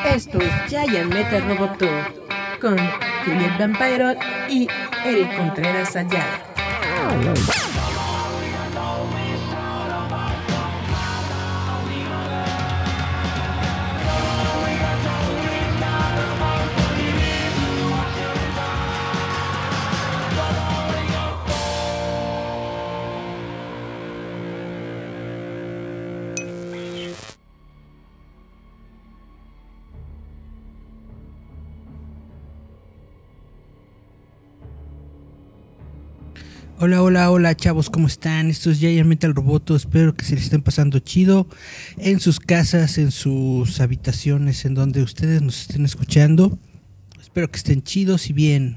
Esto es Giant Metal Roboto con Juliet Vampiro y Eric Contreras Ayala. Hola chavos, ¿cómo están? Esto es Giant Metal Roboto, espero que se les estén pasando chido en sus casas, en sus habitaciones, en donde ustedes nos estén escuchando. Espero que estén chidos y bien.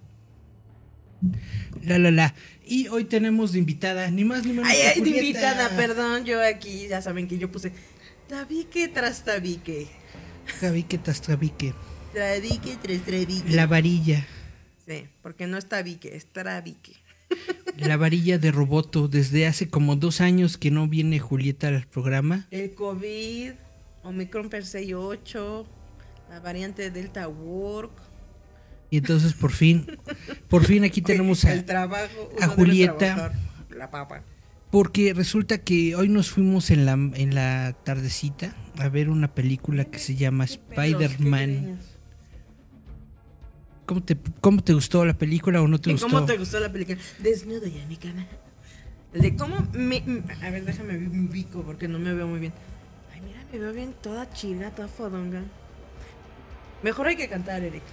Y hoy tenemos de invitada, ni más ni menos que Ay, de Julieta. invitada, perdón, yo aquí, ya saben que yo puse tabique tras tabique. Tabique tras tabique. Tabique tras tabique. La varilla. Sí, porque no es tabique, es trabique. La varilla de Roboto, desde hace como 2 años que no viene Julieta al programa. El COVID, Omicron per 8, la variante Delta Work. Y entonces por fin aquí tenemos el trabajo, a Julieta. La papa. Porque resulta que hoy nos fuimos en la tardecita a ver una película que se llama Spider-Man. ¿Cómo te gustó la película o no te gustó? ¿Cómo te gustó la película? Desnudo ya en mi cama. El de cómo a ver, déjame me ubico porque no me veo muy bien. Ay, mira, me veo bien toda chila, toda fodonga. Mejor hay que cantar, Eric.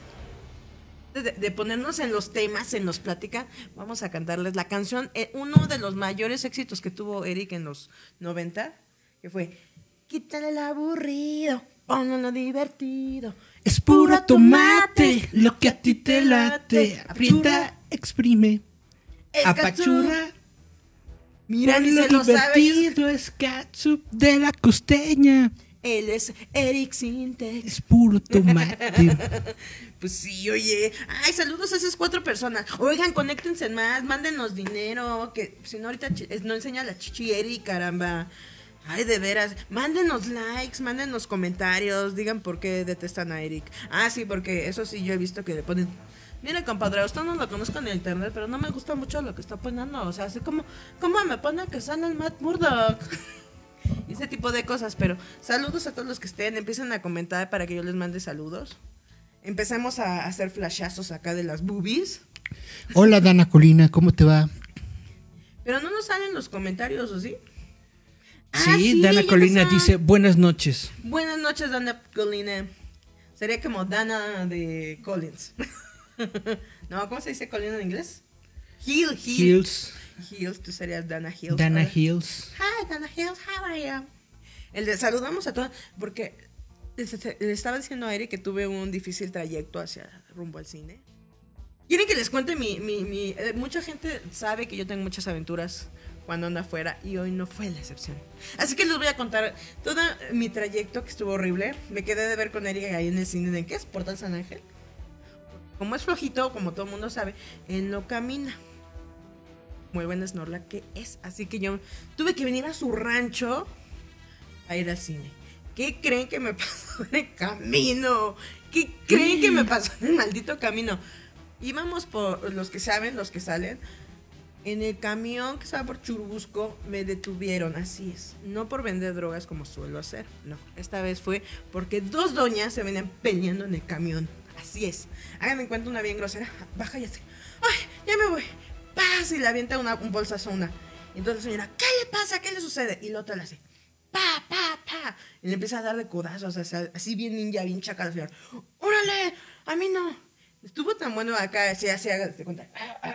De ponernos en los temas, en los pláticas, vamos a cantarles la canción, uno de los mayores éxitos que tuvo Eric en los 90, que fue quítale el aburrido, ponlo lo divertido. Es puro tomate, lo que a ti te late. Aprieta, exprime, apachurra. Mira, ni se lo sabe. Divertido es catsup de la costeña. Él es Eric Sintex. Es puro tomate. Pues sí, oye. Ay, saludos a esas 4 personas. Oigan, conéctense más, mándenos dinero. Que si no, ahorita no enseña la chichi Eric, caramba. Ay, de veras. Mándenos likes, mándenos comentarios. Digan por qué detestan a Eric. Ah, sí, porque eso sí, yo he visto que le ponen. Mira, compadre, usted no lo conozco en el internet, pero no me gusta mucho lo que está poniendo. O sea, así como me pone que sale el Matt Murdock. Ese tipo de cosas, pero saludos a todos los que estén, empiecen a comentar para que yo les mande saludos. Empecemos a hacer flashazos acá de las boobies. Hola Dana Colina, ¿cómo te va? Pero no nos salen los comentarios, ¿o sí? Sí, Dana Colina dice buenas noches. Buenas noches, Dana Colina. Sería como Dana de Collins. No, ¿cómo se dice Colina en inglés? Hills, tú serías Dana Hills. Dana Hills. Hi, Dana Hills, how are you? Saludamos a todos, porque le estaba diciendo a Eric que tuve un difícil trayecto hacia rumbo al cine. ¿Quieren que les cuente mucha gente sabe que yo tengo muchas aventuras cuando ando afuera y hoy no fue la excepción. Así que les voy a contar todo mi trayecto que estuvo horrible. Me quedé de ver con Eric ahí en el cine de ¿qué es? Portal San Ángel. Como es flojito, como todo el mundo sabe, él no camina. Muy buena Snorlax que es. Así que yo tuve que venir a su rancho a ir al cine. ¿Qué creen que me pasó en el camino? ¿Qué creen que me pasó en el maldito camino? Íbamos por los que saben, los que salen. En el camión que estaba por Churubusco me detuvieron, así es. No por vender drogas como suelo hacer, no. Esta vez fue porque 2 doñas se venían peleando en el camión. Así es. Háganme cuenta una bien grosera. Baja y así. ¡Ay, ya me voy! ¡Paz! Y le avienta un bolsazo a una. Y entonces la señora, ¿qué le pasa? ¿Qué le sucede? Y la otra le hace, ¡pa, pa, pa! Y le empieza a dar de codazos, o sea, así bien ninja, bien chacal. La señora, ¡órale! A mí no. Estuvo tan bueno acá, así, hágase de cuenta.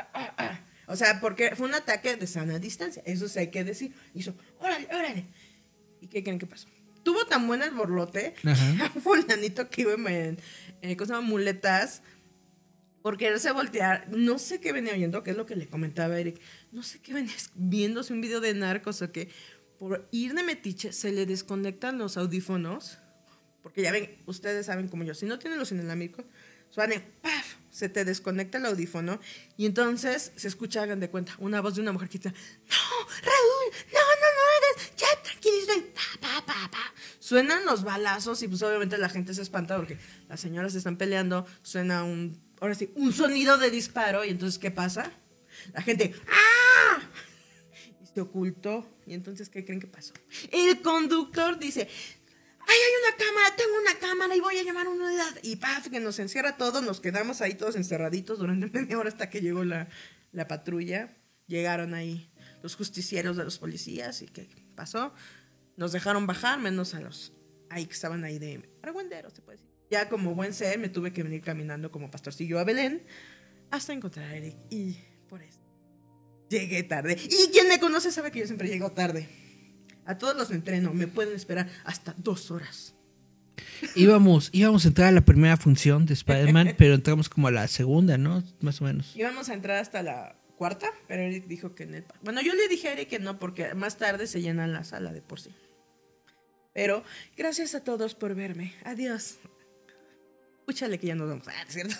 O sea, porque fue un ataque de sana distancia. Eso sí hay que decir. Hizo, ¡órale, órale! ¿Y qué creen que pasó? Tuvo tan bueno el borlote. Ajá. Un fulanito que iba en cosas muletas. Por quererse voltear, no sé qué venía viendo, que es lo que le comentaba a Eric, no sé qué venía viendo, si un video de narcos o qué, por ir de metiche se le desconectan los audífonos, porque ya ven, ustedes saben como yo, si no tienen los inalámbricos, suenan, ¡paf!, se te desconecta el audífono, y entonces se escucha, hagan de cuenta, una voz de una mujer que dice, ¡no, Raúl, no hagas, ya tranquilizo, y pa, pa, pa, pa, Suenan los balazos y pues obviamente la gente se espanta porque las señoras se están peleando, suena ahora sí, un sonido de disparo y entonces ¿qué pasa? La gente ¡ah! Y se ocultó y entonces ¿qué creen que pasó? El conductor dice, ¡ay, hay una cámara! Tengo una cámara y voy a llamar a una unidad. Y paf, que nos encierra todos, nos quedamos ahí todos encerraditos durante media hora hasta que llegó la patrulla. Llegaron ahí los justicieros de los policías y ¿qué pasó? Nos dejaron bajar, menos a los ahí que estaban ahí de argüenderos, se puede decir. Ya como buen ser, me tuve que venir caminando como pastorcillo a Belén hasta encontrar a Eric. Y por eso llegué tarde. Y quien me conoce sabe que yo siempre llego tarde. A todos los entreno, me pueden esperar hasta 2 horas. Íbamos a entrar a la primera función de Spider-Man, pero entramos como a la segunda, ¿no? Más o menos. Íbamos a entrar hasta la 4ª, pero Eric dijo que en el... Bueno, yo le dije a Eric que no, porque más tarde se llena la sala de por sí. Pero gracias a todos por verme. Adiós. Escúchale que ya nos vamos. Ah, ¿cierto?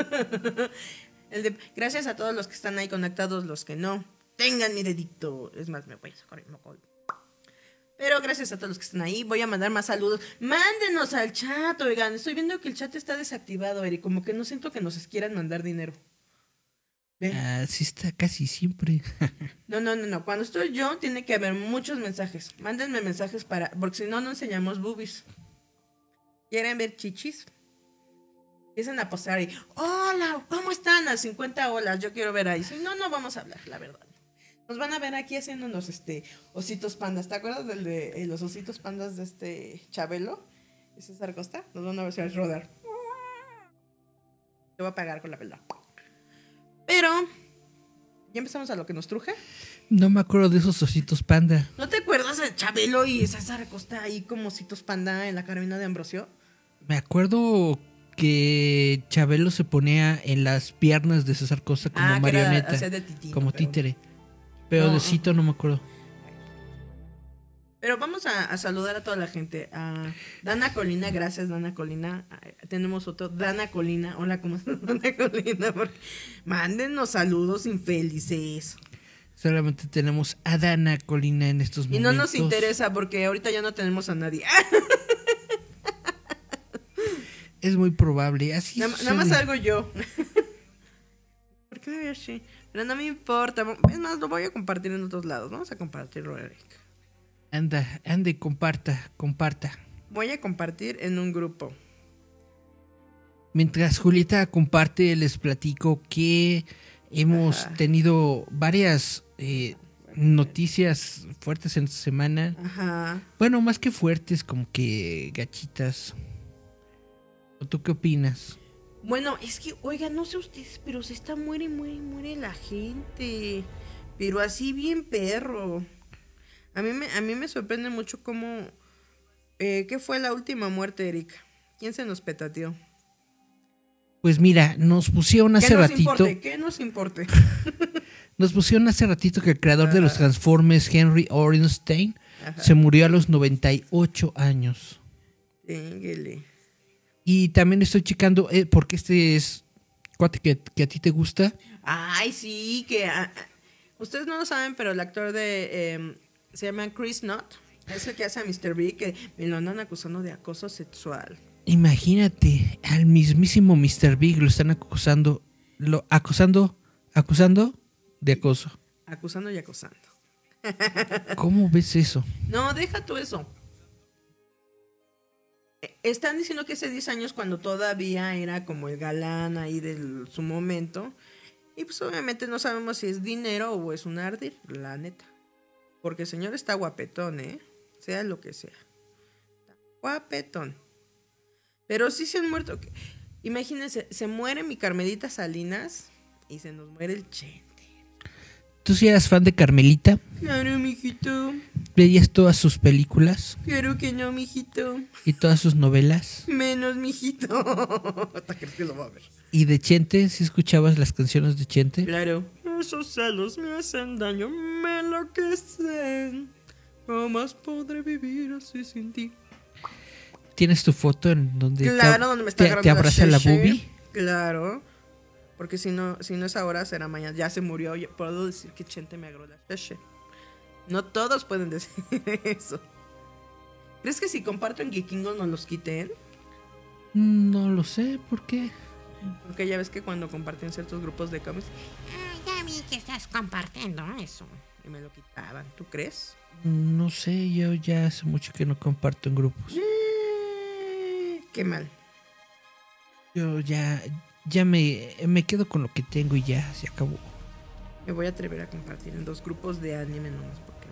Gracias a todos los que están ahí conectados, los que no. Tengan mi dedito. Es más, me voy a sacar el moco. Pero gracias a todos los que están ahí. Voy a mandar más saludos. Mándenos al chat, oigan. Estoy viendo que el chat está desactivado, Eric. Como que no siento que nos quieran mandar dinero. Sí está casi siempre. No. Cuando estoy yo, tiene que haber muchos mensajes. Mándenme mensajes porque si no, no enseñamos boobies. ¿Quieren ver chichis? Empiezan a posar y, hola, ¿cómo están? A 50 olas, yo quiero ver ahí. Si no, no vamos a hablar, la verdad. Nos van a ver aquí haciendo unos ositos pandas. ¿Te acuerdas del de los ositos pandas de Chabelo? ¿Y César Costa? Nos van a ver si es rodar. Te voy a pagar con la verdad. Pero, ¿ya empezamos a lo que nos truje? No me acuerdo de esos ositos panda. ¿No te acuerdas de Chabelo y César Costa ahí como ositos panda en la Carabina de Ambrosio? Me acuerdo que Chabelo se ponía en las piernas de César Costa como marioneta, de titino, como títere. Pero de osito no me acuerdo. Pero vamos a saludar a toda la gente. A Dana Colina, gracias Dana Colina. Tenemos otro, Dana Colina. Hola, ¿cómo estás, Dana Colina? Mándenos saludos infelices. Solamente tenemos a Dana Colina en estos momentos. Y no nos interesa porque ahorita ya no tenemos a nadie. Es muy probable, así nada más salgo yo. ¿Por qué me veo así? Pero no me importa. Es más, lo voy a compartir en otros lados. Vamos a compartirlo, Eric. Ande, comparta. Voy a compartir en un grupo. Mientras Julieta comparte, les platico que hemos tenido varias noticias fuertes en esta semana. Ajá. Bueno, más que fuertes, como que gachitas. ¿O tú qué opinas? Bueno, es que, oiga, no sé ustedes, pero se está muere la gente. Pero así bien perro. A mí me sorprende mucho cómo... ¿qué fue la última muerte, Erika? ¿Quién se nos petateó? Pues mira, nos pusieron hace ratito... ¿Qué nos importe? Nos pusieron hace ratito que el creador de los Transformers, Henry Orenstein, se murió a los 98 años. Téngale. Y también estoy checando, porque este es cuate que a ti te gusta. Ay, sí, que... ustedes no lo saben, pero el actor se llama Chris Knott. Es el que hace a Mr. Big, que me lo andan acusando de acoso sexual. Imagínate, al mismísimo Mr. Big lo están acusando de acoso. Acusando y acosando. ¿Cómo ves eso? No, deja tú eso. Están diciendo que hace 10 años, cuando todavía era como el galán ahí de su momento, y pues obviamente no sabemos si es dinero o es un ardid, la neta. Porque el señor está guapetón, sea lo que sea. Está guapetón. Pero sí se han muerto. Imagínense, se muere mi Carmelita Salinas y se nos muere el Chente. ¿Tú sí eras fan de Carmelita? Claro, mijito. ¿Veías todas sus películas? Claro que no, mijito. ¿Y todas sus novelas? Menos, mijito. Hasta que lo va a ver. ¿Y de Chente? ¿Sí escuchabas las canciones de Chente? Claro. Esos celos me hacen daño, me enloquecen. ¿Cómo más podré vivir así sin ti? ¿Tienes tu foto en donde donde me está te abraza la boobie? Claro. Porque si no es ahora, será mañana. Ya se murió. Yo puedo decir que Chente me agró la cheche. No todos pueden decir eso. ¿Crees que si comparto en Geekingo nos los quiten? No lo sé, ¿por qué? Porque ya ves que cuando comparten ciertos grupos de cómics, ya vi que estás compartiendo eso. Y me lo quitaban, ¿tú crees? No sé, yo ya hace mucho que no comparto en grupos. Qué mal. Yo ya me quedo con lo que tengo y ya, se acabó. Me voy a atrever a compartir en 2 grupos de anime nomás porque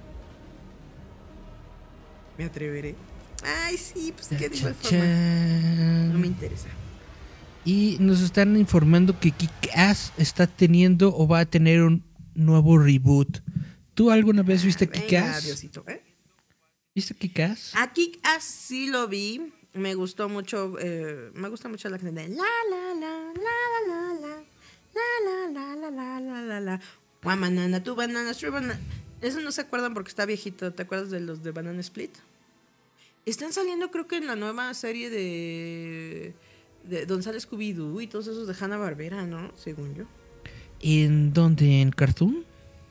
me atreveré. Ay, sí, pues qué de igual forma. No me interesa. Y nos están informando que Kick-Ass está teniendo o va a tener un nuevo reboot. ¿Tú alguna vez viste Kick-Ass? Diosito, ¿eh? ¿Viste Kick-Ass? A Kick-Ass sí lo vi. Me gustó mucho. Me gusta mucho la canción de la la la la la la la la la la la la la. One banana, 2 bananas, 3 bananas. Eso no se acuerdan porque está viejito. ¿Te acuerdas de los de Banana Split? Están saliendo, creo que en la nueva serie de donde sale Scooby-Doo y todos esos de Hanna-Barbera, ¿no? Según yo. ¿En dónde? ¿En Cartoon?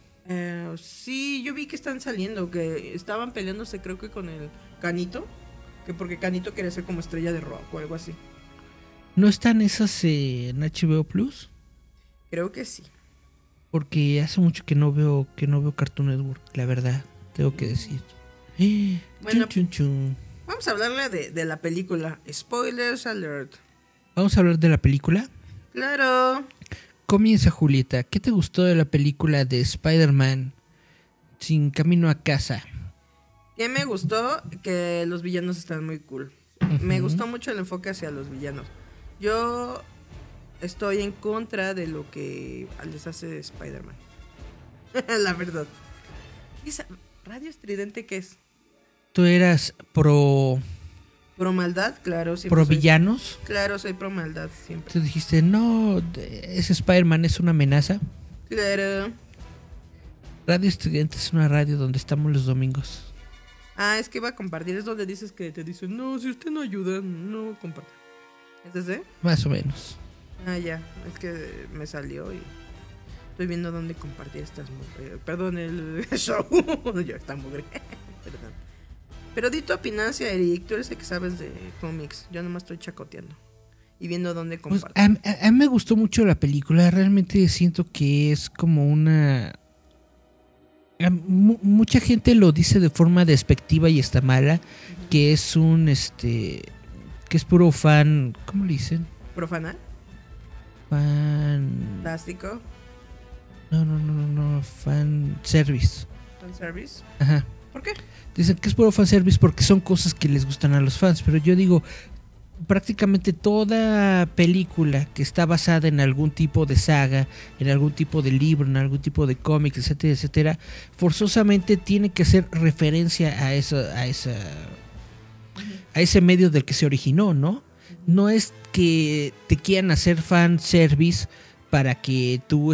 Sí, yo vi que están saliendo, que estaban peleándose creo que con el Canito, que porque Canito quería ser como estrella de rock o algo así. ¿No están esas en HBO Plus? Creo que sí. Porque hace mucho que no veo Cartoon Network, la verdad, tengo que decir. Bueno, chun, chun, chun. Vamos a hablarle de la película. Spoilers alert. Vamos a hablar de la película. Claro. Comienza, Julieta. ¿Qué te gustó de la película de Spider-Man Sin Camino a Casa? ¿Qué me gustó? Que los villanos están muy cool. Me gustó mucho el enfoque hacia los villanos. Yo estoy en contra de lo que les hace Spider-Man. La verdad. ¿Y esa radio estridente qué es? ¿Tú eras pro maldad? Claro. pro villanos? Claro, soy pro maldad siempre. Tú dijiste, no, ese Spider-Man es una amenaza. Claro. Radio Estudiante es una radio donde estamos los domingos. Ah, es que iba a compartir. Es donde dices que te dicen, no, si usted no ayuda, no comparta. ¿Es ese? Más o menos. Ah, ya. Es que me salió y estoy viendo dónde compartir estas mujeres. Perdón, el show. Yo está mugre. Perdón. Pero di tu opinancia, Eric. Tú eres el que sabes de cómics. Yo nomás estoy chacoteando y viendo dónde Pues, comparto. a mí me gustó mucho la película. Realmente siento que es como una... Mucha gente lo dice de forma despectiva y está mala. Que es un... que es puro fan... ¿Cómo le dicen? ¿Profana? Fan... ¿Plástico? No. Fan service. ¿Fanservice? Ajá. ¿Por qué? Dicen que es puro fanservice porque son cosas que les gustan a los fans, pero yo digo, prácticamente toda película que está basada en algún tipo de saga, en algún tipo de libro, en algún tipo de cómic, etcétera, etcétera, forzosamente tiene que hacer referencia a ese medio del que se originó, ¿no? No es que te quieran hacer fanservice para que tú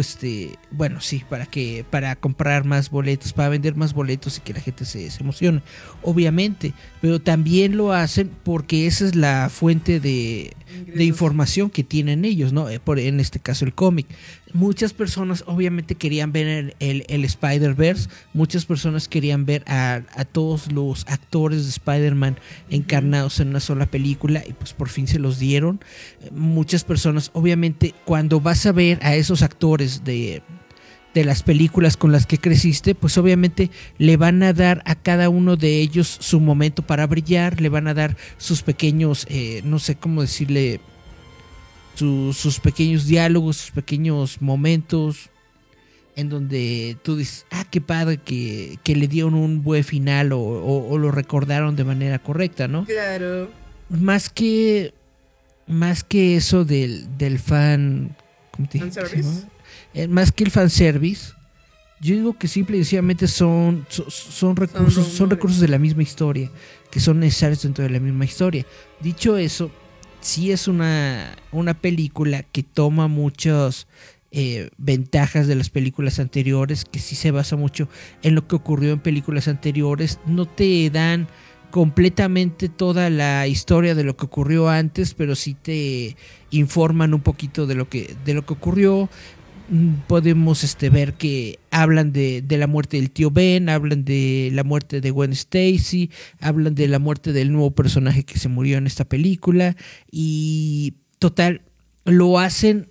para comprar más boletos, para vender más boletos y que la gente se emocione, obviamente, pero también lo hacen porque esa es la fuente de información que tienen ellos, ¿no? En este caso el cómic. Muchas personas obviamente querían ver el Spider-Verse, muchas personas querían ver a todos los actores de Spider-Man encarnados en una sola película y pues por fin se los dieron. Muchas personas, obviamente, cuando vas a ver a esos actores de las películas con las que creciste, pues obviamente le van a dar a cada uno de ellos su momento para brillar, le van a dar sus pequeños, no sé cómo decirle, sus pequeños diálogos, sus pequeños momentos en donde tú dices, qué padre que le dieron un buen final o lo recordaron de manera correcta, ¿no? Claro. Más que eso del fan... ¿Cómo te dije? ¿Fanservice? Más que el fanservice, yo digo que simple y sencillamente son recursos de la misma historia, que son necesarios dentro de la misma historia. Dicho eso, sí es una película que toma muchas ventajas de las películas anteriores, que sí se basa mucho en lo que ocurrió en películas anteriores. No te dan completamente toda la historia de lo que ocurrió antes, pero sí te informan un poquito de lo que ocurrió. podemos ver que hablan de la muerte del tío Ben, hablan de la muerte de Gwen Stacy, hablan de la muerte del nuevo personaje que se murió en esta película y total, lo hacen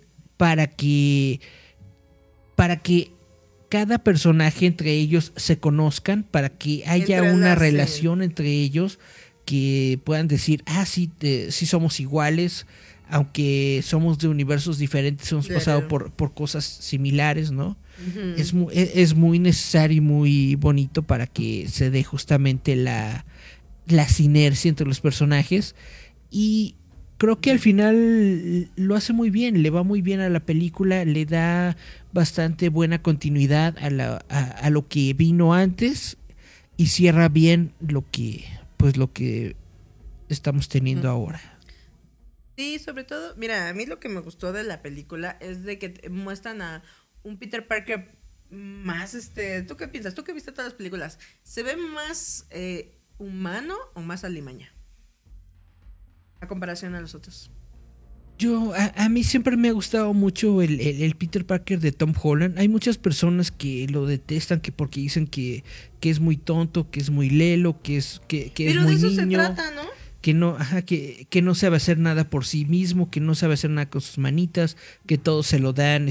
para que cada personaje entre ellos se conozcan, para que haya una relación entre ellos, que puedan decir, sí, sí somos iguales, aunque somos de universos diferentes, hemos pasado por cosas similares, ¿no? Uh-huh. Es muy necesario y muy bonito para que se dé justamente la sinergia entre los personajes, y creo que al final lo hace muy bien, le va muy bien a la película, le da bastante buena continuidad a lo que vino antes y cierra bien lo que estamos teniendo ahora. Sí, sobre todo, mira, a mí lo que me gustó de la película es de que muestran a un Peter Parker más, ¿tú qué piensas? ¿Tú que viste todas las películas? ¿Se ve más humano o más alimaña? A comparación a los otros. A mí siempre me ha gustado mucho el Peter Parker de Tom Holland. Hay muchas personas que lo detestan porque dicen que es muy tonto, que es muy lelo, que es muy niño. Pero de eso se trata, ¿no? Que no sabe hacer nada por sí mismo, que no sabe hacer nada con sus manitas, que todo se lo dan,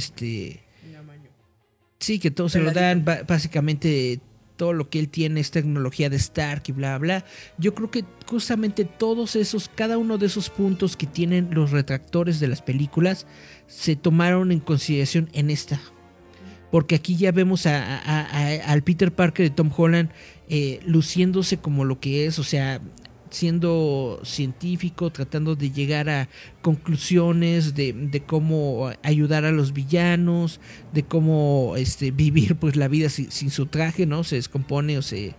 sí, que todo se lo dan, básicamente todo lo que él tiene es tecnología de Stark y bla bla. Yo creo que justamente cada uno de esos puntos que tienen los retractores de las películas se tomaron en consideración en esta. Porque aquí ya vemos al Peter Parker de Tom Holland luciéndose como lo que es, o sea, siendo científico, tratando de llegar a conclusiones de cómo ayudar a los villanos, de cómo vivir pues la vida sin su traje, ¿no? Se descompone o se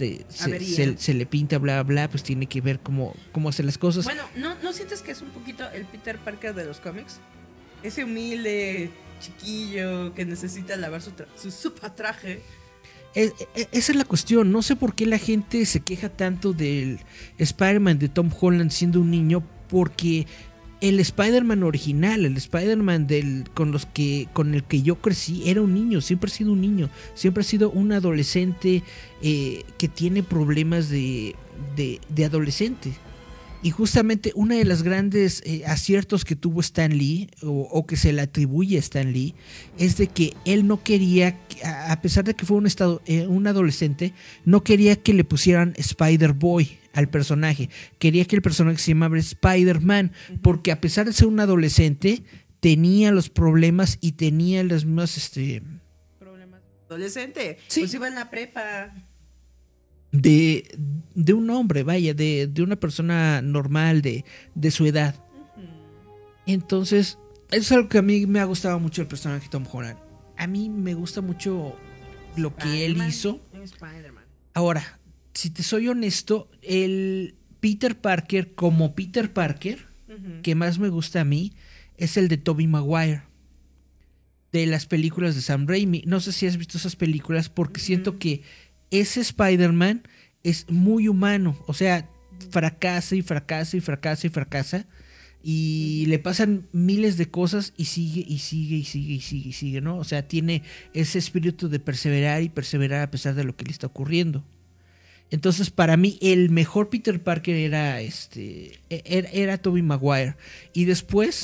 le pinta, bla, bla, pues tiene que ver cómo hacer las cosas. Bueno, ¿no sientes que es un poquito el Peter Parker de los cómics? Ese humilde chiquillo que necesita lavar su super traje. Esa es la cuestión. No sé por qué la gente se queja tanto del Spider-Man de Tom Holland siendo un niño, porque el Spider-Man original, el Spider-Man con el que yo crecí, era un niño, siempre ha sido un niño, siempre ha sido un adolescente que tiene problemas de adolescente. Y justamente uno de los grandes aciertos que tuvo Stan Lee, o que se le atribuye a Stan Lee, es de que él no quería, a pesar de que fue un adolescente, no quería que le pusieran Spider-Boy al personaje. Quería que el personaje se llamara Spider-Man, porque a pesar de ser un adolescente, tenía los problemas y tenía las mismas... problemas. Adolescente, sí. Pues iba en la prepa... De un hombre, vaya, de una persona normal, de su edad. Uh-huh. Entonces, eso es algo que a mí me ha gustado mucho el personaje de Tom Holland. A mí me gusta mucho lo que él hizo. Ahora, si te soy honesto, el Peter Parker como Peter Parker, uh-huh, que más me gusta a mí, es el de Tobey Maguire, de las películas de Sam Raimi. No sé si has visto esas películas, porque uh-huh, siento que ese Spider-Man es muy humano, o sea, fracasa y fracasa y fracasa y fracasa, y le pasan miles de cosas y sigue y sigue y sigue y sigue y sigue, ¿no? O sea, tiene ese espíritu de perseverar y perseverar a pesar de lo que le está ocurriendo. Entonces, para mí, el mejor Peter Parker era Tobey Maguire. Y después,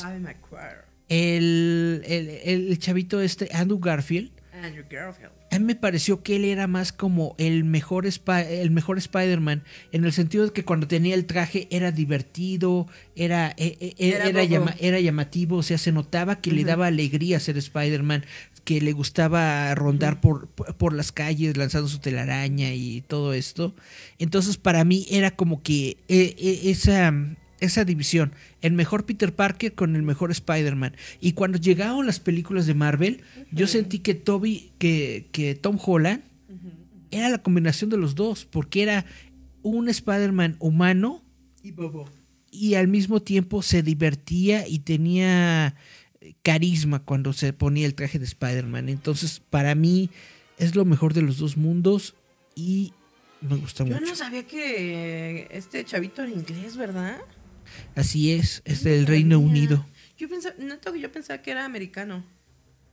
el chavito Andrew Garfield. A mí me pareció que él era más como el mejor Spider-Man, en el sentido de que cuando tenía el traje era divertido, era llamativo, o sea, se notaba que, uh-huh, le daba alegría ser Spider-Man, que le gustaba rondar, uh-huh, por las calles lanzando su telaraña y todo esto. Entonces, para mí era como que esa división, el mejor Peter Parker con el mejor Spider-Man. Y cuando llegaron las películas de Marvel, uh-huh, yo sentí que Tom Holland, uh-huh, era la combinación de los dos, porque era un Spider-Man humano y bobo, y al mismo tiempo se divertía y tenía carisma cuando se ponía el traje de Spider-Man. Entonces, para mí es lo mejor de los dos mundos y me gusta mucho. Yo no sabía que este chavito era inglés, ¿verdad? Así es del Reino Unido. Yo pensaba que era americano.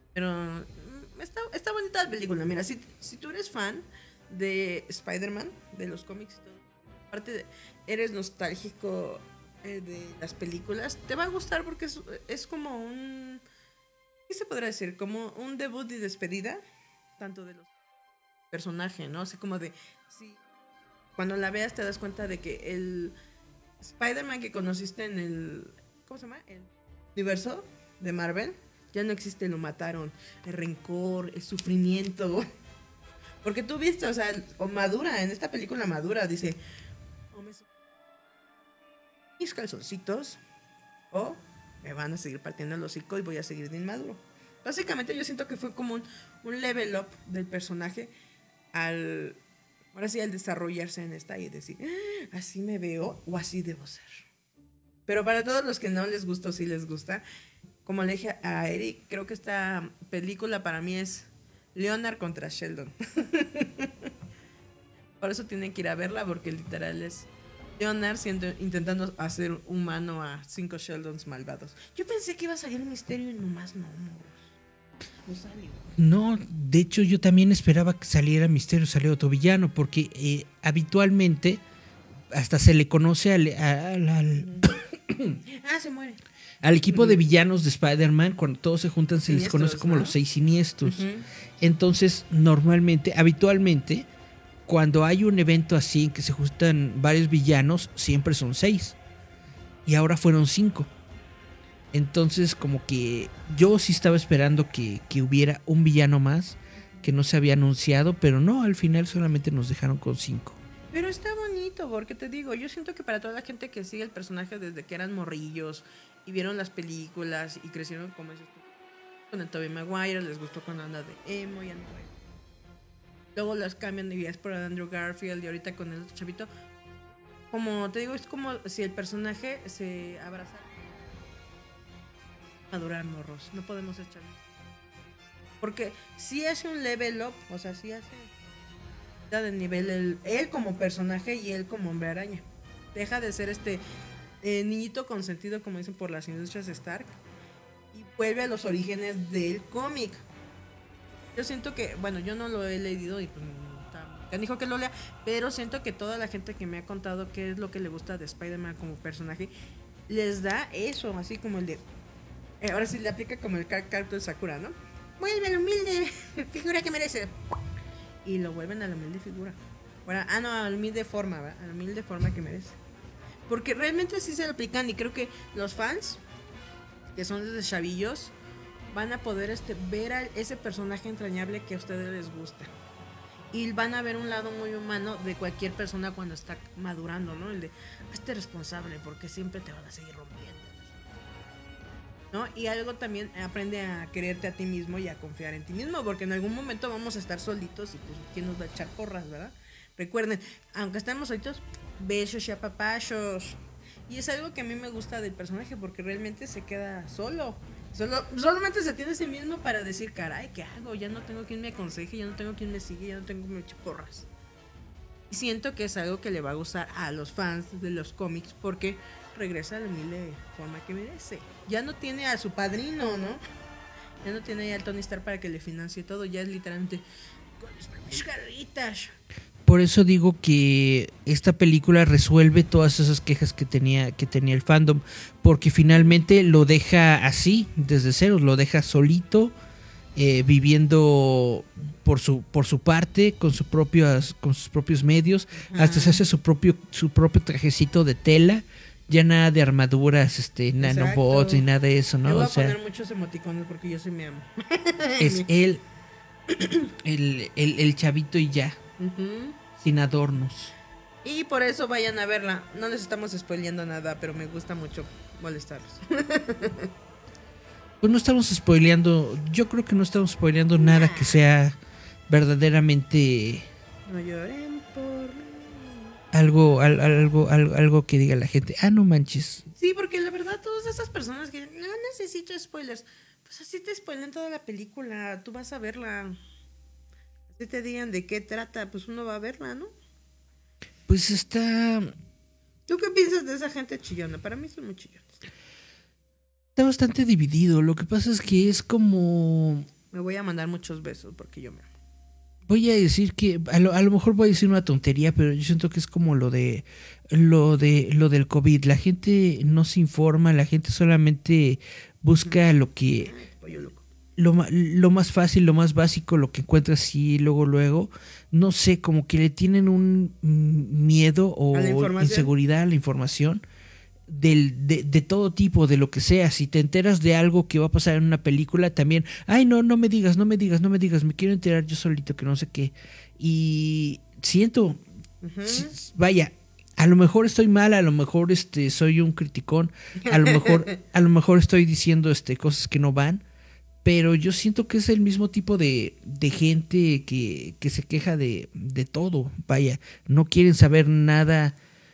Pero está bonita la película. Mira, si tú eres fan de Spider-Man, de los cómics y todo, aparte eres nostálgico de las películas, te va a gustar porque es como un... ¿Qué se podrá decir? Como un debut y despedida, tanto de los personajes, ¿no? Así como de... Sí, cuando la veas te das cuenta de que el Spider-Man que conociste en el... ¿Cómo se llama? El universo de Marvel ya no existe, lo mataron. El rencor, el sufrimiento. Porque tú viste, o sea, o madura, en esta película madura, dice, o me mis calzoncitos, o me van a seguir partiendo el hocico y voy a seguir de inmaduro. Básicamente yo siento que fue como un level up del personaje al, ahora sí, al desarrollarse en esta y decir, así me veo o así debo ser. Pero para todos los que no les gusta o sí les gusta, como le dije a Eric, creo que esta película para mí es Leonard contra Sheldon. Por eso tienen que ir a verla, porque literal es Leonard intentando hacer humano a 5 Sheldons malvados. Yo pensé que iba a salir un misterio y nomás no salió. No, de hecho yo también esperaba que saliera Misterio, saliera otro villano, porque habitualmente hasta se le conoce se muere. Al equipo de villanos de Spider-Man, cuando todos se juntan, se les conoce como los 6 siniestros. Entonces, normalmente, habitualmente, cuando hay un evento así en que se juntan varios villanos, siempre son 6. Y ahora fueron 5. Entonces, como que yo sí estaba esperando que hubiera un villano más que no se había anunciado, pero no, al final solamente nos dejaron con 5. Pero está bonito, porque te digo, yo siento que para toda la gente que sigue el personaje desde que eran morrillos y vieron las películas y crecieron como esos, con el Tobey Maguire, les gustó cuando anda de emo y anda. Luego las cambian y es por Andrew Garfield y ahorita con el otro chavito. Como te digo, es como si el personaje se abrazara. Madurar, morros, no podemos echar. Porque si hace un level up, o sea, si hace de nivel él como personaje y él como hombre araña. Deja de ser este niñito consentido, como dicen por las industrias Stark, y vuelve a los orígenes del cómic. Yo siento que, bueno, yo no lo he leído y pues dijo que lo lea, pero siento que toda la gente que me ha contado qué es lo que le gusta de Spider-Man como personaje, les da eso, así como el de... ahora sí le aplica como el carto de Sakura, ¿no? Vuelve a la humilde figura que merece. Y lo vuelven a la humilde figura. Bueno, no, a la humilde forma, ¿verdad? A la humilde forma que merece. Porque realmente sí se lo aplican y creo que los fans, que son desde chavillos, van a poder ver a ese personaje entrañable que a ustedes les gusta. Y van a ver un lado muy humano de cualquier persona cuando está madurando, ¿no? El de, hazte responsable porque siempre te van a seguir rompiendo, ¿no? Y algo también, aprende a quererte a ti mismo y a confiar en ti mismo, porque en algún momento vamos a estar solitos y pues ¿quién nos va a echar porras, verdad? Recuerden, aunque estemos solitos, besos y apapachos. Y es algo que a mí me gusta del personaje, porque realmente se queda solo. Solamente se tiene a sí mismo para decir, caray, ¿qué hago? Ya no tengo quien me aconseje, ya no tengo quien me sigue, ya no tengo quien me eche porras. Y siento que es algo que le va a gustar a los fans de los cómics, porque regresa a la humilde forma que merece. Ya no tiene a su padrino, ¿no? Ya no tiene a Tony Stark para que le financie todo, ya es literalmente con mis garritas. Por eso digo que esta película resuelve todas esas quejas que tenía el fandom, porque finalmente lo deja así, desde cero, lo deja solito, viviendo por su parte, con sus propios medios. Hasta se hace su propio trajecito de tela, ya nada de armaduras, nanobots ni nada de eso, ¿no? Yo voy a poner muchos emoticones porque yo sí me amo. Es el chavito y ya. Sin adornos. Y por eso vayan a verla. No les estamos spoileando nada, pero me gusta mucho molestarlos. Pues no estamos spoileando. Yo creo que no estamos spoileando nada que sea verdaderamente. No lloren por algo que diga la gente. No manches. Sí, porque la verdad, todas esas personas que no necesito spoilers, pues así te spoilen toda la película. Tú vas a verla. Si te digan de qué trata, pues uno va a verla, ¿no? Pues está... ¿Tú qué piensas de esa gente chillona? Para mí son muy chillones. Está bastante dividido. Lo que pasa es que es como... Me voy a mandar muchos besos porque yo me amo. Voy a decir que a lo mejor voy a decir una tontería, pero yo siento que es como lo del COVID. La gente no se informa, la gente solamente busca lo que Pollo loco. lo más fácil, lo más básico, lo que encuentra así luego, no sé, como que le tienen un miedo ¿A la o información? inseguridad a la información de todo tipo, de lo que sea. Si te enteras de algo que va a pasar en una película, también, ay, no me digas, no me digas, no me digas, me quiero enterar yo solito, que no sé qué. Y siento, Ujú. vaya, a lo mejor estoy mal, a lo mejor soy un criticón, a lo mejor estoy diciendo cosas que no van, pero yo siento que es el mismo tipo de gente que se queja de todo, vaya, no quieren saber nada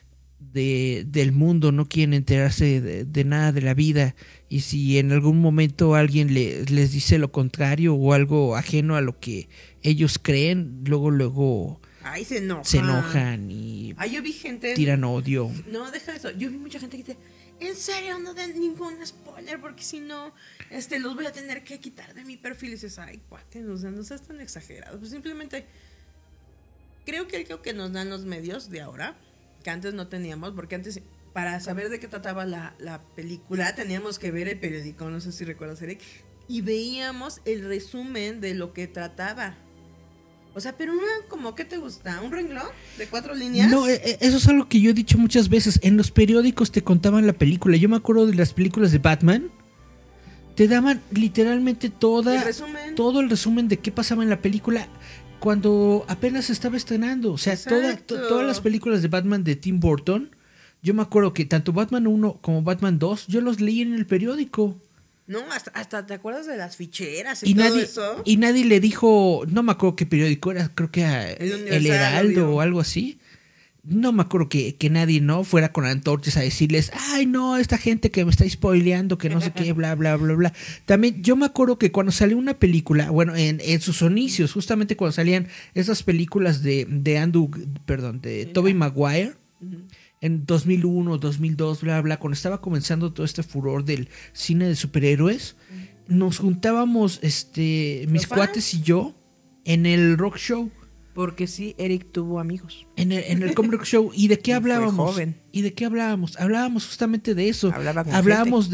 del mundo, no quieren enterarse de nada de la vida, y si en algún momento alguien les dice lo contrario o algo ajeno a lo que ellos creen, luego Ay, se enoja. se enojan y Ay, yo vi gente. tiran odio. No, deja eso. Yo vi mucha gente que dice, en serio, no den ningún spoiler porque si no, los voy a tener que quitar de mi perfil. Y dices, ay, cuate, o sea, no seas tan exagerado. Pues simplemente creo que algo que nos dan los medios de ahora, que antes no teníamos, porque antes, para saber de qué trataba la película, teníamos que ver el periódico, no sé si recuerdas, Eric, y veíamos el resumen de lo que trataba. O sea, pero una, como, ¿qué te gusta? ¿Un renglón de 4 líneas? No, eso es algo que yo he dicho muchas veces. En los periódicos te contaban la película. Yo me acuerdo de las películas de Batman. Te daban literalmente El resumen. todo el resumen de qué pasaba en la película cuando apenas se estaba estrenando. O sea, todas las películas de Batman de Tim Burton, yo me acuerdo que tanto Batman 1 como Batman 2, yo los leí en el periódico. No, hasta te acuerdas de las ficheras y todo eso. Y nadie le dijo, no me acuerdo qué periódico era, creo que era El Heraldo o algo así. No me acuerdo que nadie no fuera con antorchas a decirles, ay no, esta gente que me está spoileando, que no sé qué, bla, bla, bla, bla. También yo me acuerdo que cuando salió una película, bueno, en sus inicios, justamente cuando salían esas películas de Tobey Maguire, en 2001, 2002, bla, bla, cuando estaba comenzando todo este furor del cine de superhéroes, nos juntábamos, mis cuates y yo, en el rock show. Porque sí, Eric tuvo amigos. En el Comic Show. ¿Y de qué hablábamos? Fue joven. ¿Y de qué hablábamos? Hablábamos justamente de eso. Hablábamos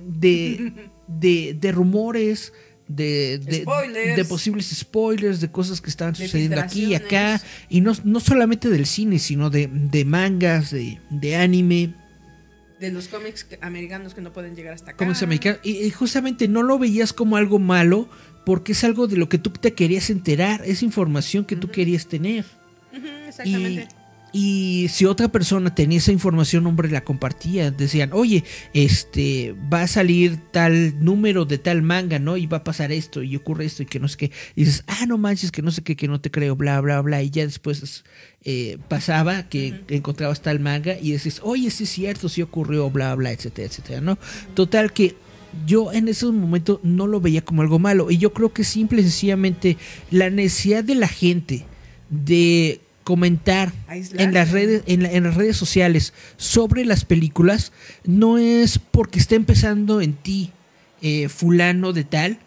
de rumores, Spoilers. de posibles spoilers, de cosas que estaban De sucediendo aquí y filtraciones. acá. Y no solamente del cine, sino de mangas, de anime. De los cómics americanos que no pueden llegar hasta acá. Cómics americanos. Y justamente no lo veías como algo malo, porque es algo de lo que tú te querías enterar, es información que tú querías tener. Exactamente. Y si otra persona tenía esa información, hombre, la compartía. Decían, oye, va a salir tal número de tal manga, ¿no? Y va a pasar esto, y ocurre esto, y que no sé qué. Y dices, no manches, que no sé qué, que no te creo, bla, bla, bla. Y ya después pasaba que encontrabas tal manga y dices, oye, sí es cierto, sí ocurrió, bla, bla, etcétera, etcétera, ¿no? Total que yo en esos momentos no lo veía como algo malo. Y yo creo que simple y sencillamente la necesidad de la gente de comentar en las redes, en las redes sociales sobre las películas no es porque está empezando en ti, fulano de tal,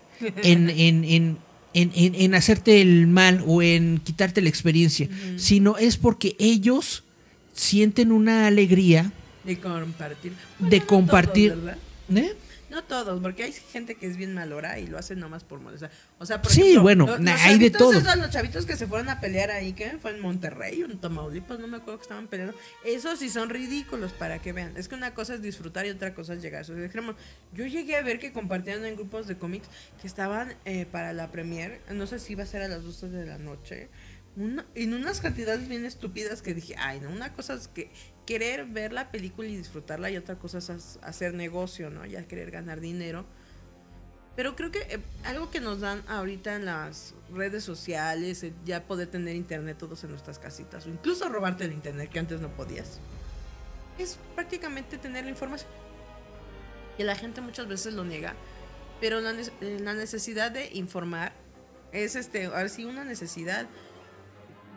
en hacerte el mal o en quitarte la experiencia, sino es porque ellos sienten una alegría de compartir. Bueno, de compartir. Todos, ¿eh? No todos, porque hay gente que es bien malora y lo hace nomás por molestar. O sea, por sí, ejemplo, bueno, hay de todo. Los chavitos que se fueron a pelear ahí, que fue en Monterrey o en Tamaulipas, no me acuerdo que estaban peleando. Esos sí son ridículos para que vean. Es que una cosa es disfrutar y otra cosa es llegar. O sea, ejemplo, yo llegué a ver que compartían en grupos de cómics que estaban para la premier, no sé si iba a ser a las 12 de la noche, en unas cantidades bien estúpidas que dije, ay, no, una cosa es que querer ver la película y disfrutarla y otra cosa es hacer negocio, ¿no? Ya querer ganar dinero. Pero creo que algo que nos dan ahorita en las redes sociales, ya poder tener internet todos en nuestras casitas, o incluso robarte el internet que antes no podías, es prácticamente tener la información. Y la gente muchas veces lo niega, pero la necesidad de informar es, ahora sí, una necesidad.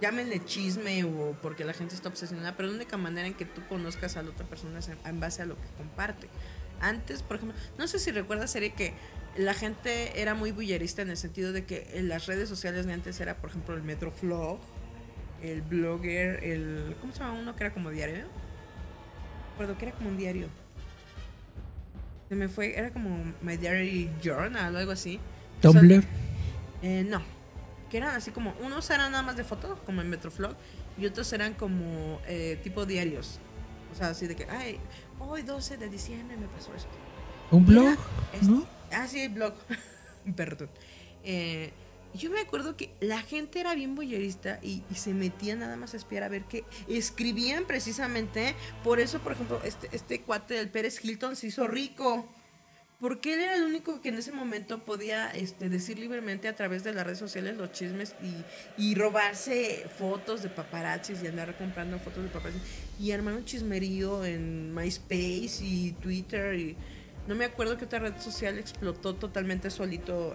llámenle chisme o porque la gente está obsesionada, pero la única manera en que tú conozcas a la otra persona es en base a lo que comparte. Antes, por ejemplo, no sé si recuerdas, serie que la gente era muy bullerista en el sentido de que en las redes sociales de antes era, por ejemplo, el Metroflog, el Blogger, el... ¿Cómo se llama uno que era como diario? Recuerdo que era como un diario. Se me fue, era como My Diary Journal o algo así. Tumblr. O sea, no, que eran así como, unos eran nada más de fotos, como el Metroflog, y otros eran como tipo diarios. O sea, así de que, ay, hoy 12 de diciembre me pasó esto. ¿Un blog? ¿No? Sí, blog. Perdón. Yo me acuerdo que la gente era bien boyerista y se metía nada más a espiar a ver qué escribían precisamente. Por eso, por ejemplo, este cuate del Pérez Hilton se hizo rico. Porque él era el único que en ese momento podía decir libremente a través de las redes sociales los chismes y robarse fotos de paparazzis y andar comprando fotos de paparazzis y armar un chismerío en MySpace y Twitter y no me acuerdo qué otra red social explotó totalmente solito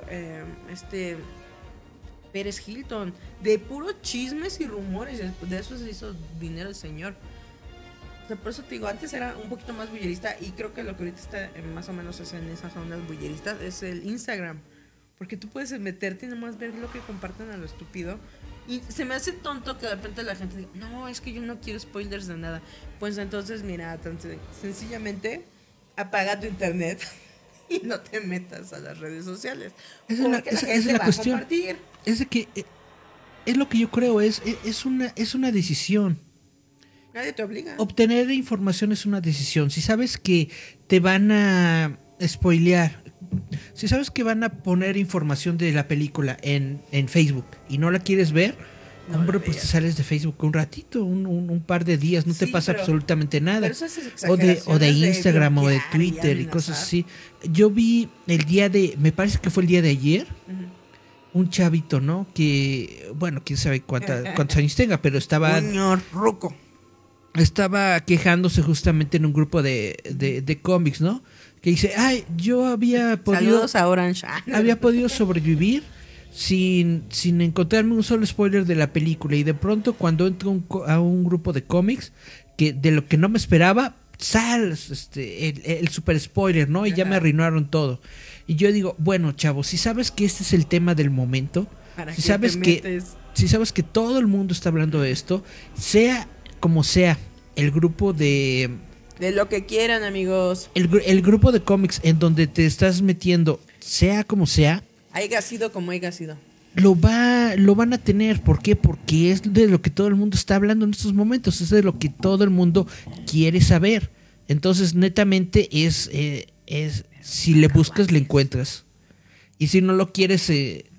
Pérez Hilton, de puros chismes y rumores, de eso se hizo dinero el señor. O sea, por eso te digo, antes era un poquito más bullerista y creo que lo que ahorita está más o menos es en esas ondas bulleristas es el Instagram. Porque tú puedes meterte y nomás ver lo que comparten a lo estúpido. Y se me hace tonto que de repente la gente diga, no, es que yo no quiero spoilers de nada. Pues entonces, mira, sencillamente apaga tu internet y no te metas a las redes sociales. Esa es la cuestión. Es de que es lo que yo creo, es una decisión. Nadie te obliga. Obtener información es una decisión. Si sabes que te van a spoilear, si sabes que van a poner información de la película en Facebook y no la quieres ver, no, hombre, pues te sales de Facebook un ratito, un par de días, no te pasa absolutamente nada. O de Instagram o de Twitter y cosas así. Yo vi me parece que fue el día de ayer, un chavito, ¿no? Que, bueno, quién sabe cuántos años tenga, pero estaba... Señor ruco. Estaba quejándose justamente en un grupo de cómics, ¿no? Que dice, ay, yo había podido... Saludos a Orange. Había podido sobrevivir sin encontrarme un solo spoiler de la película. Y de pronto cuando entro a un grupo de cómics, que de lo que no me esperaba, el super spoiler, ¿no? Y ya me arruinaron todo. Y yo digo, bueno, chavos, si sabes que este es el tema del momento, si sabes que todo el mundo está hablando de esto, sea como sea, el grupo de lo que quieran, amigos. El grupo de cómics en donde te estás metiendo, sea como sea, haya sido como haya sido, lo van a tener. ¿Por qué? Porque es de lo que todo el mundo está hablando en estos momentos, es de lo que todo el mundo quiere saber. Entonces, netamente es si le buscas, le encuentras. Y si no lo quieres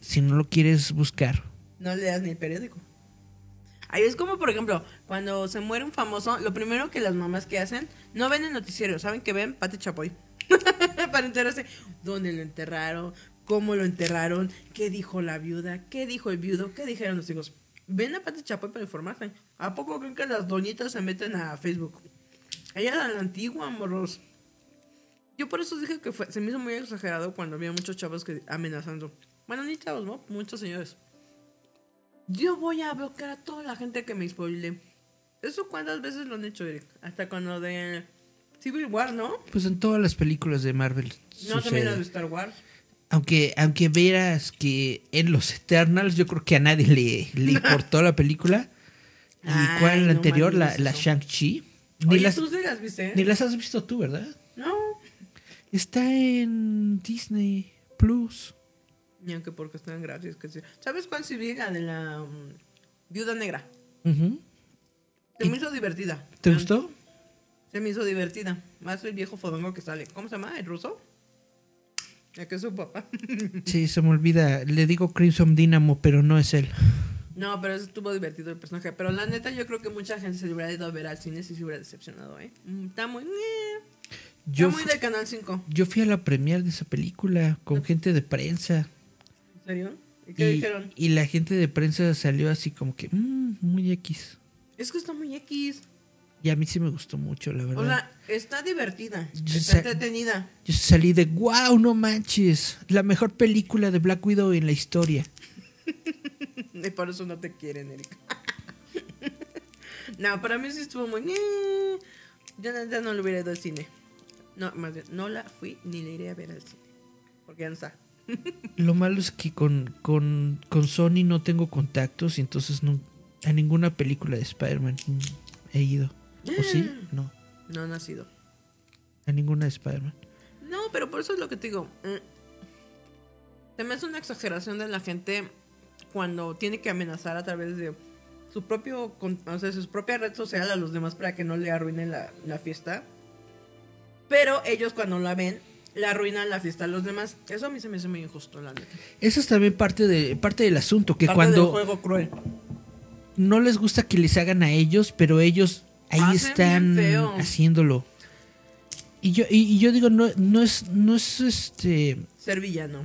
buscar, no leas ni el periódico. Ahí es como, por ejemplo, cuando se muere un famoso, lo primero que las mamás que hacen, no ven el noticiero, ¿saben qué ven? Pati Chapoy. Para enterarse dónde lo enterraron, cómo lo enterraron, qué dijo la viuda, qué dijo el viudo, qué dijeron los hijos. Ven a Pati Chapoy para informarse. ¿A poco creen que las doñitas se meten a Facebook? Ella era la antigua, morros. Yo por eso dije que se me hizo muy exagerado cuando había muchos chavos que amenazando. Bueno, ni chavos, ¿no? Muchos señores. Yo voy a bloquear a toda la gente que me spoile. ¿Eso cuántas veces lo han hecho, Eric? Hasta cuando de Civil War, ¿no? Pues en todas las películas de Marvel no, también las de Star Wars. Aunque verás que en los Eternals yo creo que a nadie le importó la película. ¿Y cuál es la anterior? La Shang-Chi. Oye, ¿tú sí las viste? Ni las has visto tú, ¿verdad? No. Está en Disney Plus. Ni aunque porque están gratis. ¿Sabes cuál sí vi? La de la Viuda Negra. Se me hizo divertida. ¿Te gustó? Se me hizo divertida. Más el viejo fodongo que sale. ¿Cómo se llama? ¿El ruso? El que es su papá. Sí, se me olvida. Le digo Crimson Dynamo, pero no es él. No, pero estuvo divertido el personaje. Pero la neta, yo creo que mucha gente se le hubiera ido a ver al cine si se hubiera decepcionado, ¿eh? Está muy... Está muy del Canal 5. Yo fui a la premiere de esa película con gente de prensa. ¿En serio? ¿Y qué dijeron? Y la gente de prensa salió así como que... muy X. Es que está muy X. Y a mí sí me gustó mucho, la verdad. O sea, está divertida. Está entretenida. Yo salí de... ¡Wow! No manches. La mejor película de Black Widow en la historia. Y por eso no te quieren, Erika. No, para mí sí estuvo muy... Yo no lo hubiera ido al cine. No, más bien, no la fui ni la iré a ver al cine. Porque ya no está. Lo malo es que con Sony no tengo contactos y entonces no, a ninguna película de Spider-Man he ido. ¿O sí? No. No ha nacido. A ninguna de Spider-Man. No, pero por eso es lo que te digo. Se me hace una exageración de la gente cuando tiene que amenazar a través de su propio, o sea, su propia red social a los demás para que no le arruinen la fiesta. Pero ellos cuando la ven, le arruinan la fiesta a los demás. Eso a mí se me hace muy injusto, la neta. Eso es también parte del asunto, que Parte cuando del juego cruel. no les gusta que les hagan a ellos, pero ellos ahí Hacen están bien feo. haciéndolo. Y yo digo, no es Ser villano.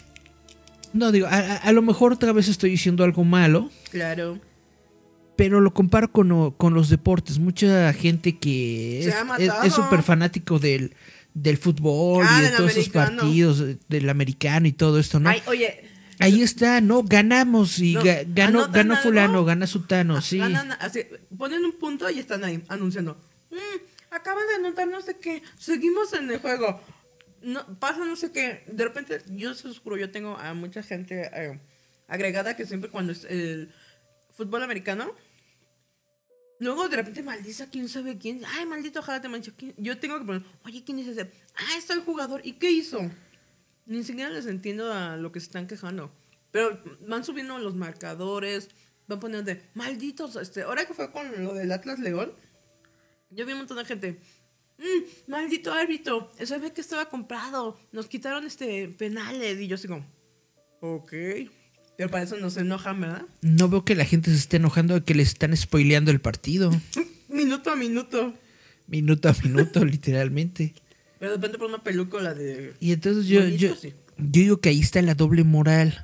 no digo, a lo mejor otra vez estoy diciendo algo malo, Claro. pero lo comparo con los deportes. Mucha gente que Se ha matado. es súper fanático del fútbol y de del todos esos americano. partidos, del americano y todo esto, ¿no? Ay, oye. Ahí está, ¿no? Ganamos y No, ganó ¿anotan fulano, algo? gana sutano, sí. Ganan así, ponen un punto y están ahí anunciando. Acaban de anotar no sé qué. Seguimos en el juego. No, pasa no sé qué. De repente, yo se los juro, yo tengo a mucha gente agregada que siempre cuando es el fútbol americano, luego de repente maldice a quién sabe quién. Ay, maldito, ojalá te manche. Yo tengo que poner, oye, ¿quién es ese? Ah, está el jugador. ¿Y qué hizo? Ni siquiera les entiendo a lo que se están quejando. Pero van subiendo los marcadores, van poniendo de malditos. Ahora que fue con lo del Atlas León, yo vi un montón de gente. Maldito árbitro, se ve que estaba comprado. Nos quitaron penales. Y yo así como, ok. Pero para eso no se enojan, ¿verdad? No veo que la gente se esté enojando de que le están spoileando el partido. Minuto a minuto. Minuto a minuto, literalmente. Pero de repente por una película de... Y entonces Bonito, yo sí. digo que ahí está la doble moral.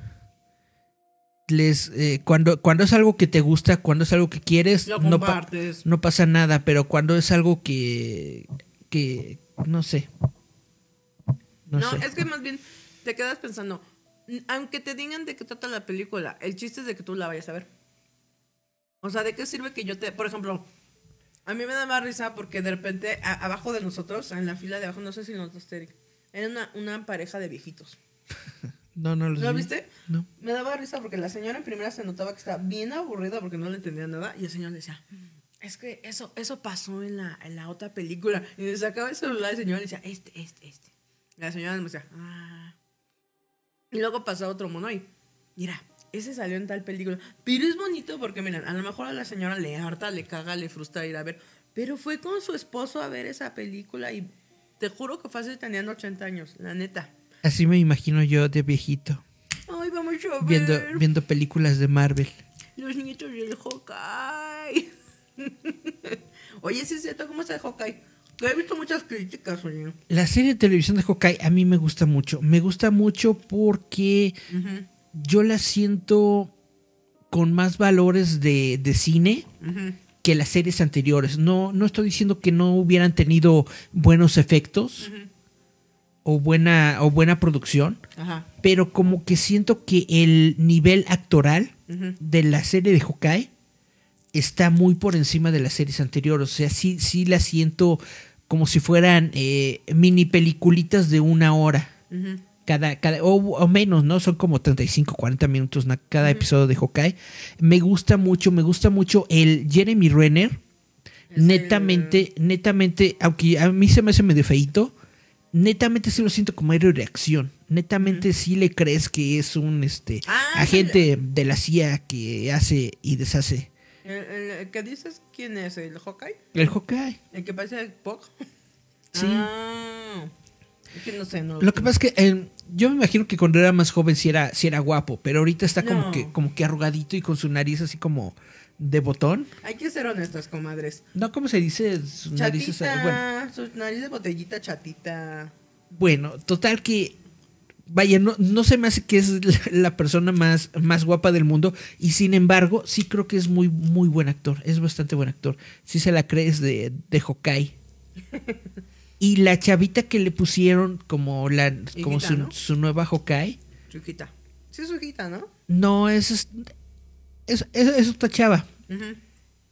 Cuando es algo que te gusta, cuando es algo que quieres, Lo no compartes. no pasa nada. Pero cuando es algo que no sé. No sé. Es que más bien te quedas pensando, aunque te digan de qué trata la película, el chiste es de que tú la vayas a ver. O sea, ¿de qué sirve que yo por ejemplo, a mí me da más risa porque de repente abajo de nosotros, en la fila de abajo, no sé si notaste, Eric, era una pareja de viejitos. No ¿Lo vi. viste? No. Me daba risa porque la señora en primera se notaba que estaba bien aburrida porque no le entendía nada y el señor le decía, es que eso pasó en la otra película. Y le sacaba el celular y el señor le decía, este. La señora me decía, Y luego pasó otro mono y, mira, ese salió en tal película. Pero es bonito porque, miren, a lo mejor a la señora le harta, le caga, le frustra ir a ver. Pero fue con su esposo a ver esa película y te juro que fácil tenían 80 años, la neta. Así me imagino yo de viejito. Ay, vamos a ver. Viendo películas de Marvel. Los nietos del Hawkeye. Oye, sí es cierto, ¿cómo está el Hawkeye? Que he visto muchas críticas, oye. La serie de televisión de Hawkeye a mí me gusta mucho. Me gusta mucho porque yo la siento con más valores de cine que las series anteriores. No estoy diciendo que no hubieran tenido buenos efectos o buena producción. Ajá. Pero como que siento que el nivel actoral de la serie de Hawkeye está muy por encima de las series anteriores. O sea, sí la siento como si fueran mini peliculitas de 1 hora. Cada o menos, ¿no? Son como 35, 40 minutos cada episodio de Hawkeye. Me gusta mucho el Jeremy Renner. Netamente, aunque a mí se me hace medio feíto, netamente sí lo siento como héroe de acción. Netamente sí le crees que es un agente de la CIA que hace y deshace. ¿El que dices quién es? ¿El Hawkeye? El Hawkeye. ¿El que parece Puck? Sí. Es que no sé, no. Lo que pasa es que yo me imagino que cuando era más joven sí era guapo, pero ahorita está No. como que arrugadito y con su nariz así como de botón. Hay que ser honestas, comadres. No, ¿cómo se dice? Su nariz es, Chatita, su nariz de botellita chatita. bueno, total que vaya, no se me hace que es la persona más guapa del mundo y sin embargo sí creo que es muy muy buen actor, es bastante buen actor. Sí se la crees de Hawkeye. Y la chavita que le pusieron como Hijita, ¿no? su nueva Hawkeye. Su hijita. Sí, es su hijita, ¿no? No, es otra chava.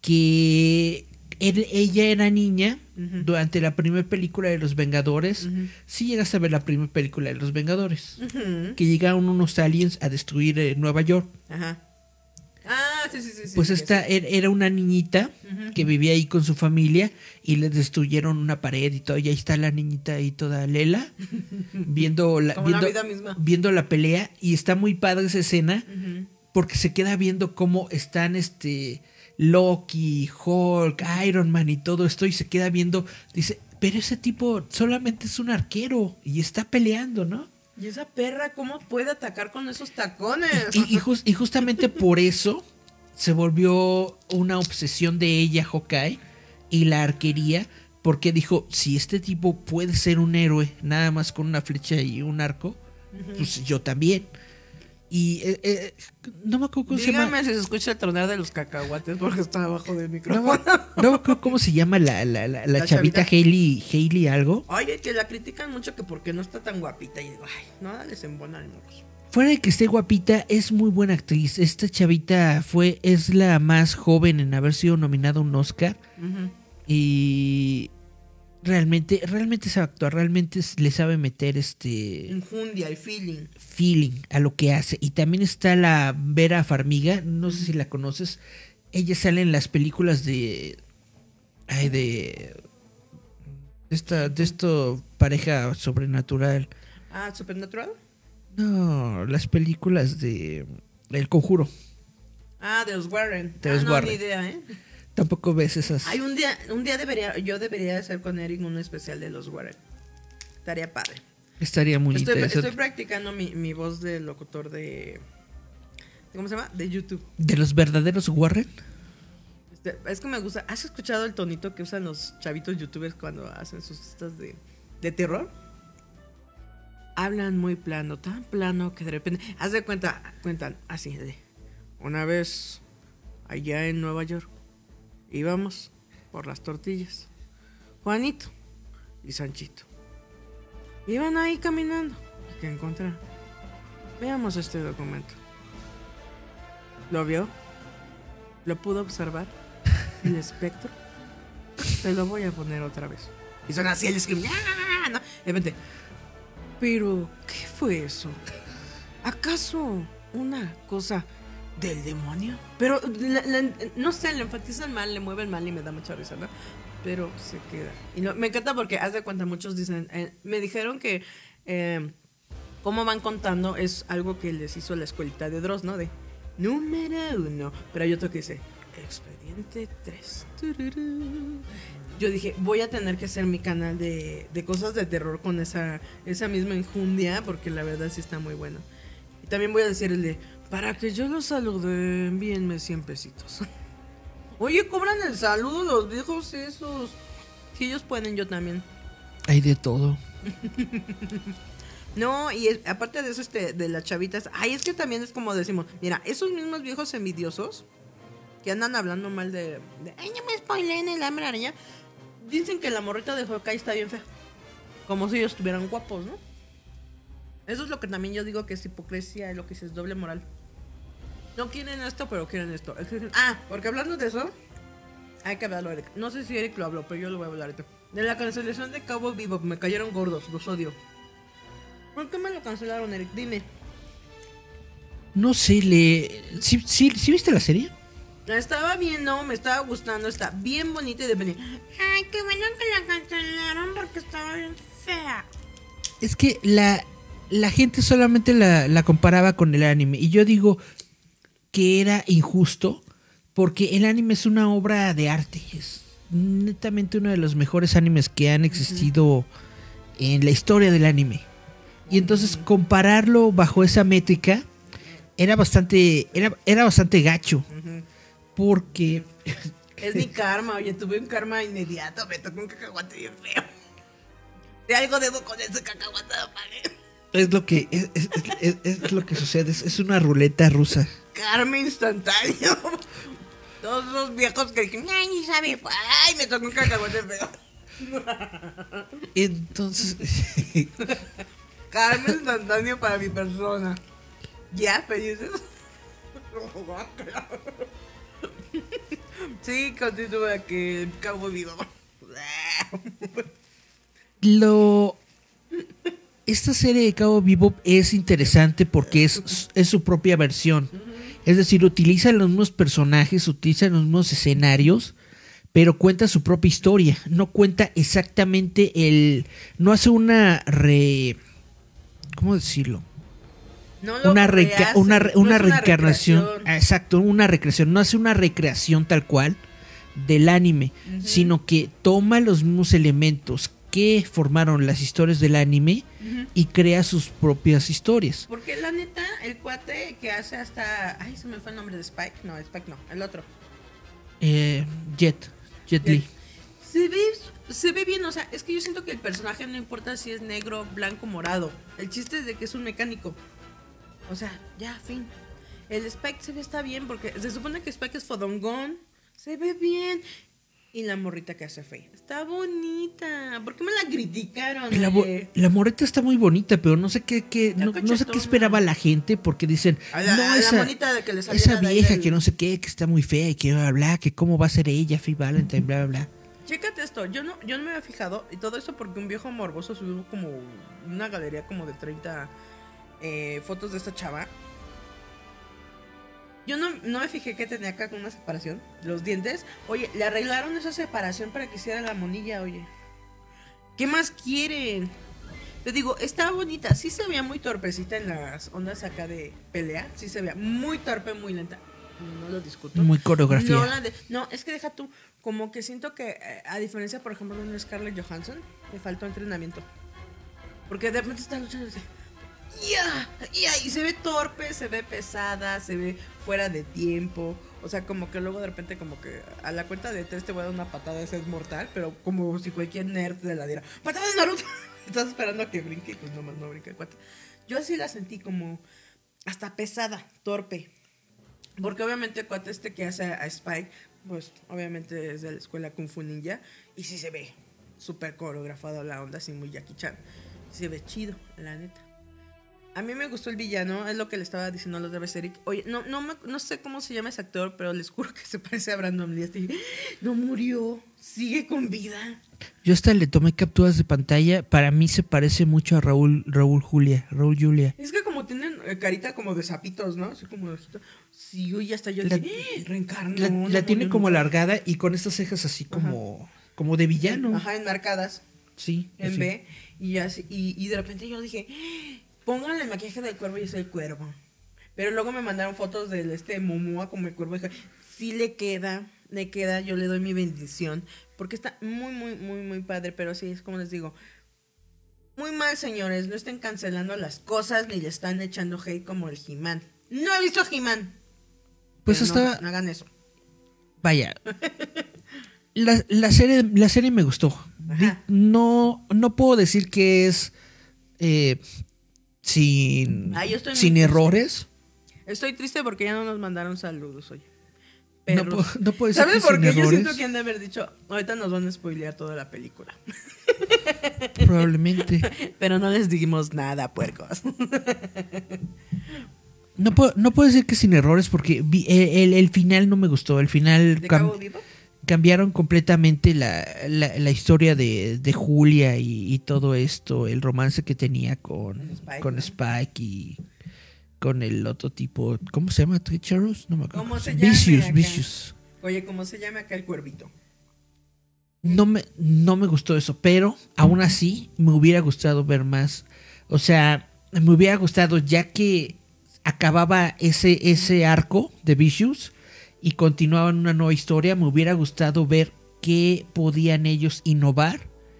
que ella era niña Ujú. durante la primera película de Los Vengadores. Ujú. Sí llegaste a ver la primera película de Los Vengadores. Ujú. Que llegaron unos aliens a destruir Nueva York. Ajá. Ah, sí. Pues sí, esta sí. era una niñita Ujú. que vivía ahí con su familia y les destruyeron una pared y todo. Y ahí está la niñita ahí toda lela viendo Como la vida misma. viendo la pelea. Y está muy padre esa escena Ujú. porque se queda viendo cómo están Loki, Hulk, Iron Man y todo esto. Y se queda viendo, dice, pero ese tipo solamente es un arquero y está peleando, ¿no? Y esa perra, ¿cómo puede atacar con esos tacones? Y justamente por eso se volvió una obsesión de ella, Hawkeye, y la arquería, porque dijo, si este tipo puede ser un héroe nada más con una flecha y un arco, pues yo también. Y no me acuerdo cómo se llama. Dígame si se escucha el tronar de los cacahuates porque está abajo del No, micrófono. no me acuerdo cómo se llama la ¿La chavita chavita? Hailey algo. Oye, que la critican mucho que porque no está tan guapita. Y digo, ay, no, les embona el morro. Fuera de que esté guapita, es muy buena actriz. Esta chavita es la más joven en haber sido nominada a un Oscar. Ujú. Y realmente sabe actuar, realmente le sabe meter Infundia y feeling. feeling a lo que hace. Y también está la Vera Farmiga, no sé si la conoces. Ella sale en las películas de esto pareja sobrenatural. Ah, Supernatural. No, las películas de El Conjuro. Ah, de los Warren. De los no, Warren. ni idea, ¿eh? Tampoco ves esas. Hay un día yo debería hacer con Eric un especial de los Warren. Estaría padre. Estaría muy Estoy interesante. practicando mi voz de locutor de... ¿Cómo se llama? De YouTube. De los verdaderos Warren. Es que me gusta. ¿Has escuchado el tonito que usan los chavitos youtubers cuando hacen sus listas de terror? Hablan muy plano, tan plano que de repente... Haz de cuentan así de... Una vez, allá en Nueva York, íbamos por las tortillas. Juanito y Sanchito iban ahí caminando. ¿Y qué encontraron? Veamos este documento. ¿Lo vio? ¿Lo pudo observar? ¿El espectro? Te lo voy a poner otra vez. Y son así el scream. ¡Ah! No. De repente, ¿pero qué fue eso? ¿Acaso una cosa del demonio? Pero no sé, le enfatizan mal, le mueven mal y me da mucha risa, ¿no? Pero se queda. Y me encanta porque, haz de cuenta, muchos dicen, me dijeron que cómo van contando es algo que les hizo la escuelita de Dross, ¿no? De número 1. Pero hay otro que dice, expediente 3. Tururú. Yo dije, voy a tener que hacer mi canal de cosas de terror con esa misma injundia, porque la verdad sí está muy bueno. Y también voy a decir el de, para que yo los salude, envíenme 100 pesitos. Oye, cobran el saludo los viejos esos. Si ellos pueden, yo también. Hay de todo. No, y aparte de eso, de las chavitas, ay, es que también es como decimos, mira, esos mismos viejos envidiosos que andan hablando mal de ay, no me spoileen el hambre araña, dicen que la morrita de Hawkeye está bien fea. Como si ellos estuvieran guapos, ¿no? Eso es lo que también yo digo que es hipocresía, es lo que es doble moral. No quieren esto, pero quieren esto. Porque hablando de eso, hay que hablarlo, Eric. No sé si Eric lo habló, pero yo lo voy a hablar ahorita. De la cancelación de Cowboy Bebop, me cayeron gordos, los odio. ¿Por qué me lo cancelaron, Eric? Dime. No sé, ¿Sí viste la serie? Estaba bien, no, me estaba gustando, está bien bonita y de venir. Ay, qué bueno que la cancelaron porque estaba bien fea. Es que la gente solamente la comparaba con el anime. Y yo digo que era injusto porque el anime es una obra de arte. Es netamente uno de los mejores animes que han existido en la historia del anime. Y entonces compararlo bajo esa métrica era bastante gacho. Porque es mi karma, oye, tuve un karma inmediato, me tocó un cacahuate bien feo. De algo debo con ese cacahuate, ¿vale? Es lo que es lo que sucede, es una ruleta rusa. Karma instantáneo. Todos los viejos que dicen, ay, ni sabe, ay, me tocó un cacahuate feo. Entonces karma instantáneo para mi persona. ¿Ya, felices? Sí, continúa que Cabo Vivo. Lo Esta serie de Cabo Vivo es interesante porque es su propia versión. Es decir, utiliza los mismos personajes, utiliza los mismos escenarios, pero cuenta su propia historia. No cuenta exactamente no hace ¿cómo decirlo? No lo rehace, una no es reencarnación. recreación. Exacto, una recreación. No hace una recreación tal cual del anime, sino que toma los mismos elementos que formaron las historias del anime y crea sus propias historias. Porque la neta, el cuate que hace hasta... Ay, se me fue el nombre de Spike. No, Spike no, el otro. Jet Li. Se ve bien, o sea, es que yo siento que el personaje no importa si es negro, blanco, morado. El chiste es de que es un mecánico. O sea, ya, fin. El Spike está bien porque se supone que Spike es fodongón. Se ve bien. Y la morrita que hace Faye está bonita. ¿Por qué me la criticaron? La morrita está muy bonita, pero no sé no sé qué esperaba la gente, porque dicen, la bonita de que le esa vieja que no sé qué, que está muy fea y que bla, bla, que cómo va a ser ella, Faye Valentine, bla, bla, bla. Chécate esto, yo no me había fijado, y todo esto porque un viejo morboso subió como una galería como de 30 fotos de esta chava. Yo no me fijé que tenía acá con una separación. Los dientes. Oye, le arreglaron esa separación para que hiciera la monilla, oye. ¿Qué más quieren? Te digo, está bonita. Sí se veía muy torpecita en las ondas acá de pelea. Sí se veía muy torpe, muy lenta. No lo discuto. Muy coreografía. No, es que deja tú. Como que siento que, a diferencia, por ejemplo, de una Scarlett Johansson, le faltó entrenamiento. Porque de repente está luchando así. Y se ve torpe, se ve pesada, se ve fuera de tiempo. O sea, como que luego de repente como que a la cuenta de 3 te voy a dar una patada, esa es mortal. Pero como si cualquier nerd de la diera ¡patada de Naruto! Estás esperando a que brinque y pues nomás no brinca el cuate. Yo así la sentí como hasta pesada, torpe. Porque obviamente el cuate que hace a Spike, pues obviamente es de la escuela Kung Fu Ninja. Y sí se ve súper coreografado la onda, así muy Jackie Chan. Se ve chido, la neta. A mí me gustó el villano, es lo que le estaba diciendo a los de Berserk. Oye, no sé cómo se llama ese actor, pero les juro que se parece a Brandon Lee. No murió, sigue con vida. Yo hasta le tomé capturas de pantalla. Para mí se parece mucho a Raúl Julia. Es que como tienen carita como de sapitos, ¿no? Así como de ojito. Sí, oye, hasta yo reencarnó. La tiene como alargada y con estas cejas así como de villano. Ajá, enmarcadas. Sí. En B. Y así, y de repente yo dije, pónganle el maquillaje del cuervo y es el cuervo. Pero luego me mandaron fotos del Momoa como el cuervo. Y dije, sí le queda, yo le doy mi bendición. Porque está muy, muy, muy, muy padre. Pero sí, es como les digo, muy mal, señores. No estén cancelando las cosas ni le están echando hate como el He-Man. No he visto He-Man. Pues pero hasta... no hagan eso. Vaya. La serie me gustó. No puedo decir que es sin errores. Estoy triste porque ya no nos mandaron saludos, oye. No puedo decir ¿sabes que por sin qué? errores. Yo siento que han de haber dicho, ahorita nos van a spoilear toda la película. Probablemente. Pero no les dijimos nada, puercos. No puedo decir que sin errores porque el final no me gustó. El final ¿De Cabo Vivo? Cambiaron completamente la historia de Julia y todo esto, el romance que tenía con Spike y con el otro tipo, ¿cómo se llama? ¿Treacherous? No me acuerdo. ¿Cómo se llama? Vicious. Oye, ¿cómo se llama acá el cuervito? No me gustó eso, pero aún así me hubiera gustado ver más. O sea, me hubiera gustado, ya que acababa ese arco de Vicious y continuaban una nueva historia, me hubiera gustado ver qué podían ellos innovar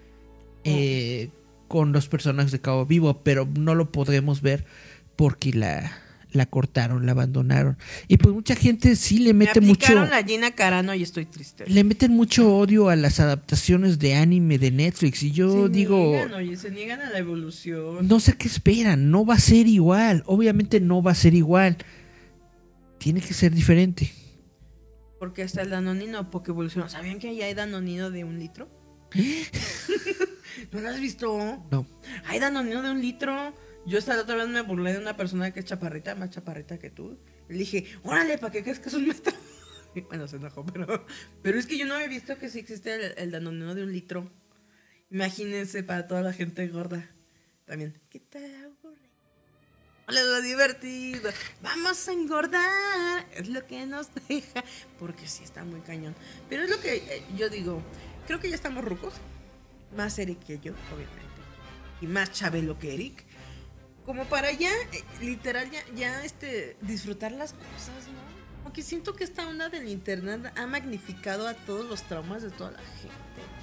con los personajes de Cabo Vivo, pero no lo podremos ver porque la cortaron, la abandonaron. Y pues mucha gente sí le mete mucho... Me aplicaron a Gina Carano y estoy triste. Le meten mucho odio a las adaptaciones de anime de Netflix y yo digo... Se niegan a la evolución. No sé qué esperan, no va a ser igual. Obviamente no va a ser igual. Tiene que ser diferente. Porque hasta el danonino porque evolucionó. ¿Sabían que ya hay danonino de 1 litro? ¿No lo has visto? No. Hay danonino de 1 litro. Yo hasta la otra vez me burlé de una persona que es chaparrita, más chaparrita que tú. Le dije, órale, ¿para qué crees que es 1 metro? Bueno, se enojó, pero es que yo no había visto que sí existe el Danonino de 1 litro. Imagínense para toda la gente gorda. También, ¿qué tal aburre? Hola, lo divertido. Vamos a engordar. Es lo que nos deja. Porque sí está muy cañón. Pero es lo que yo digo. Creo que ya estamos rucos. Más Eric que yo, obviamente. Y más Chabelo que Eric. Como para ya, literal, ya disfrutar las cosas, ¿no? Porque siento que esta onda del internet ha magnificado a todos los traumas de toda la gente.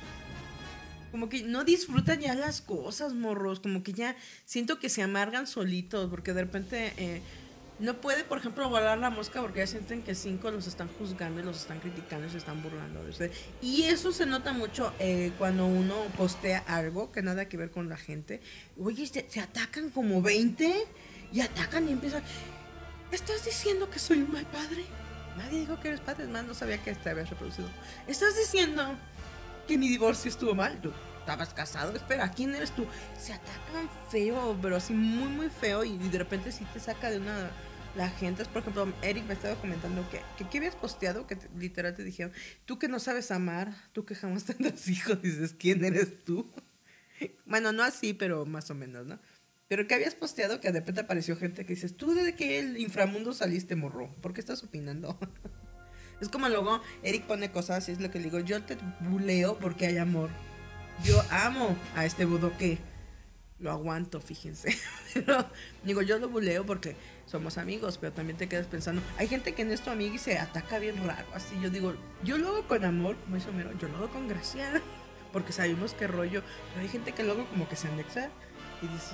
Como que no disfrutan ya las cosas, morros. Como que ya siento que se amargan solitos. Porque de repente no puede, por ejemplo, volar la mosca porque ya sienten que 5 los están juzgando y los están criticando y se están burlando de ustedes. Y eso se nota mucho cuando uno postea algo que nada que ver con la gente. Oye, se atacan como 20 y atacan y empiezan. ¿Estás diciendo que soy un mal padre? Nadie dijo que eres padre, es más, no sabía que te habías reproducido. ¿Estás diciendo que mi divorcio estuvo mal? ¿Tú estabas casado? Espera, ¿quién eres tú? Se atacan feo, pero así muy, muy feo y de repente sí te saca de una... La gente, por ejemplo, Eric me estaba comentando que habías posteado, que literal te dijeron, tú que no sabes amar, tú que jamás tendrás hijos, dices, ¿quién eres tú? Bueno, no así, pero más o menos, ¿no? Pero que habías posteado que de repente apareció gente que dices, tú desde que el inframundo saliste, morro, ¿por qué estás opinando? Es como luego Eric pone cosas así, es lo que le digo, yo te buleo porque hay amor. Yo amo a este bodoque. Lo aguanto, fíjense. Pero digo, yo lo buleo porque somos amigos, pero también te quedas pensando, hay gente que no es tu amiga y se ataca bien raro, así. Yo digo, yo lo hago con amor, como dice Homero, yo lo hago con gracia, porque sabemos qué rollo, pero hay gente que luego como que se anexa y dices,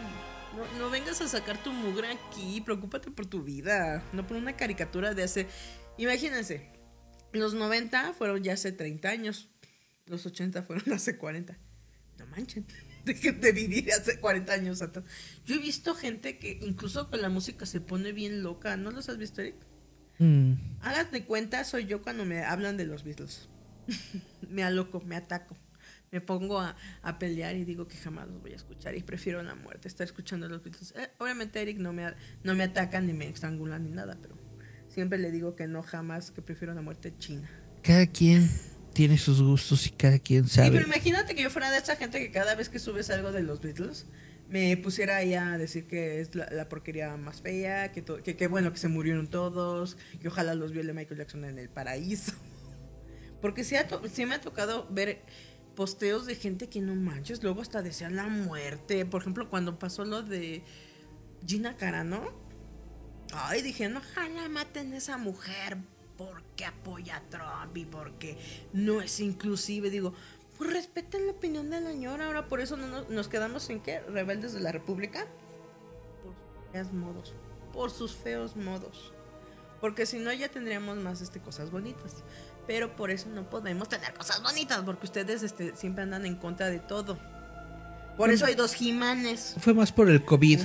no vengas a sacar tu mugre aquí, preocúpate por tu vida, no por una caricatura de hace... Imagínense, los 90 fueron ya hace 30 años, los 80 fueron hace 40, no manchen. Dejen de vivir hace 40 años atrás. Yo he visto gente que incluso con la música se pone bien loca. ¿No los has visto, Eric? Hagas de cuenta, soy yo cuando me hablan de los Beatles. Me aloco, me ataco. Me pongo a pelear y digo que jamás los voy a escuchar y prefiero la muerte, estar escuchando a los Beatles. Obviamente Eric no me atacan ni me estrangulan ni nada, pero siempre le digo que no, jamás, que prefiero la muerte china. Cada quien tiene sus gustos y cada quien sabe. Sí, pero imagínate que yo fuera de esa gente que cada vez que subes algo de los Beatles me pusiera ahí a decir que es la porquería más fea, que bueno, que se murieron todos, que ojalá los viole Michael Jackson en el paraíso. Porque sí me ha tocado ver posteos de gente que no manches, luego hasta desean la muerte. Por ejemplo, cuando pasó lo de Gina Carano, ay, dije, no, ojalá maten a esa mujer porque apoya a Trump y porque no es inclusive. Digo, pues respeten la opinión de la señora. Ahora por eso no nos quedamos en ¿qué? Rebeldes de la República. Por sus feos modos. Porque si no ya tendríamos más cosas bonitas. Pero por eso no podemos tener cosas bonitas, porque ustedes siempre andan en contra de todo. Por eso hay 2 He-Manes. Fue más por el COVID.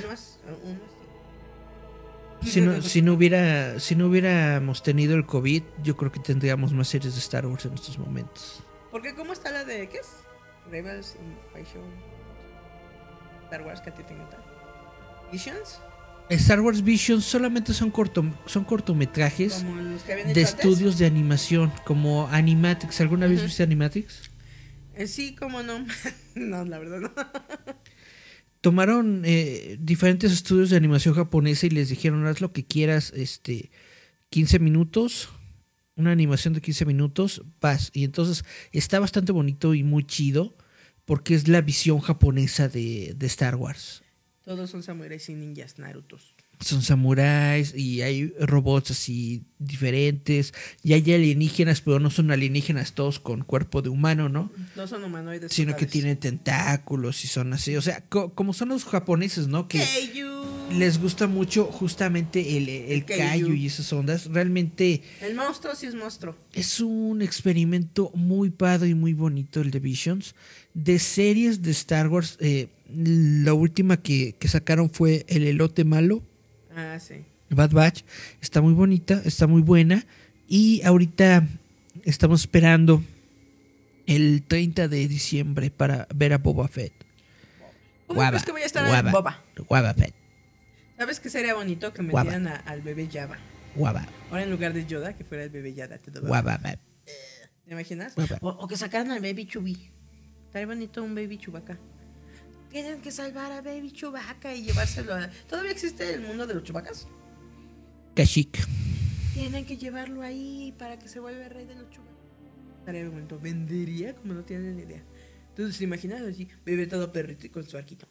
Si no hubiéramos tenido el COVID, yo creo que tendríamos más series de Star Wars en estos momentos. Porque ¿cómo está la de qué es? Rebels Invasion. Star Wars que a ti te encanta. Visions. Star Wars Visions solamente son cortometrajes como los que habían de hecho estudios antes. De animación, como Animatrix. ¿Alguna vez viste Animatrix? Sí, cómo no. No, la verdad no. Tomaron diferentes estudios de animación japonesa y les dijeron, haz lo que quieras, 15 minutos, una animación de 15 minutos, vas. Y entonces está bastante bonito y muy chido porque es la visión japonesa de Star Wars. Todos son samuráis y ninjas, Narutos. Son samuráis y hay robots así diferentes y hay alienígenas, pero no son alienígenas todos con cuerpo de humano, ¿no? No son humanoides. Sino que tienen tentáculos y son así, o sea, como son los japoneses, ¿no? Que les gusta mucho justamente el kaiju y esas ondas. Realmente el monstruo sí es monstruo. Es un experimento muy padre y muy bonito el de Visions. De series de Star Wars, la última que sacaron fue El elote malo. Ah, sí. Bad Batch. Está muy bonita, está muy buena. Y ahorita estamos esperando el 30 de diciembre para ver a Boba Fett. ¿Cómo crees que voy a estar en Boba? Boba Fett. ¿Sabes qué sería bonito? Que me dieran al bebé Java. Guaba. Ahora en lugar de Yoda, que fuera el bebé Yoda. Guaba. ¿Te imaginas? Guapa. O que sacaran al Baby Chubby. Estaría bonito un Baby Chewbacca. Tienen que salvar a Baby Chewbacca y llevárselo a... ¿Todavía existe el mundo de los Chewbaccas? Kashyyyk. Tienen que llevarlo ahí para que se vuelva el rey de los Chewbaccas. Estaría de momento. Vendería como no tienen ni idea. Entonces, ¿se imaginan así? Bebé todo perrito y con su arquito.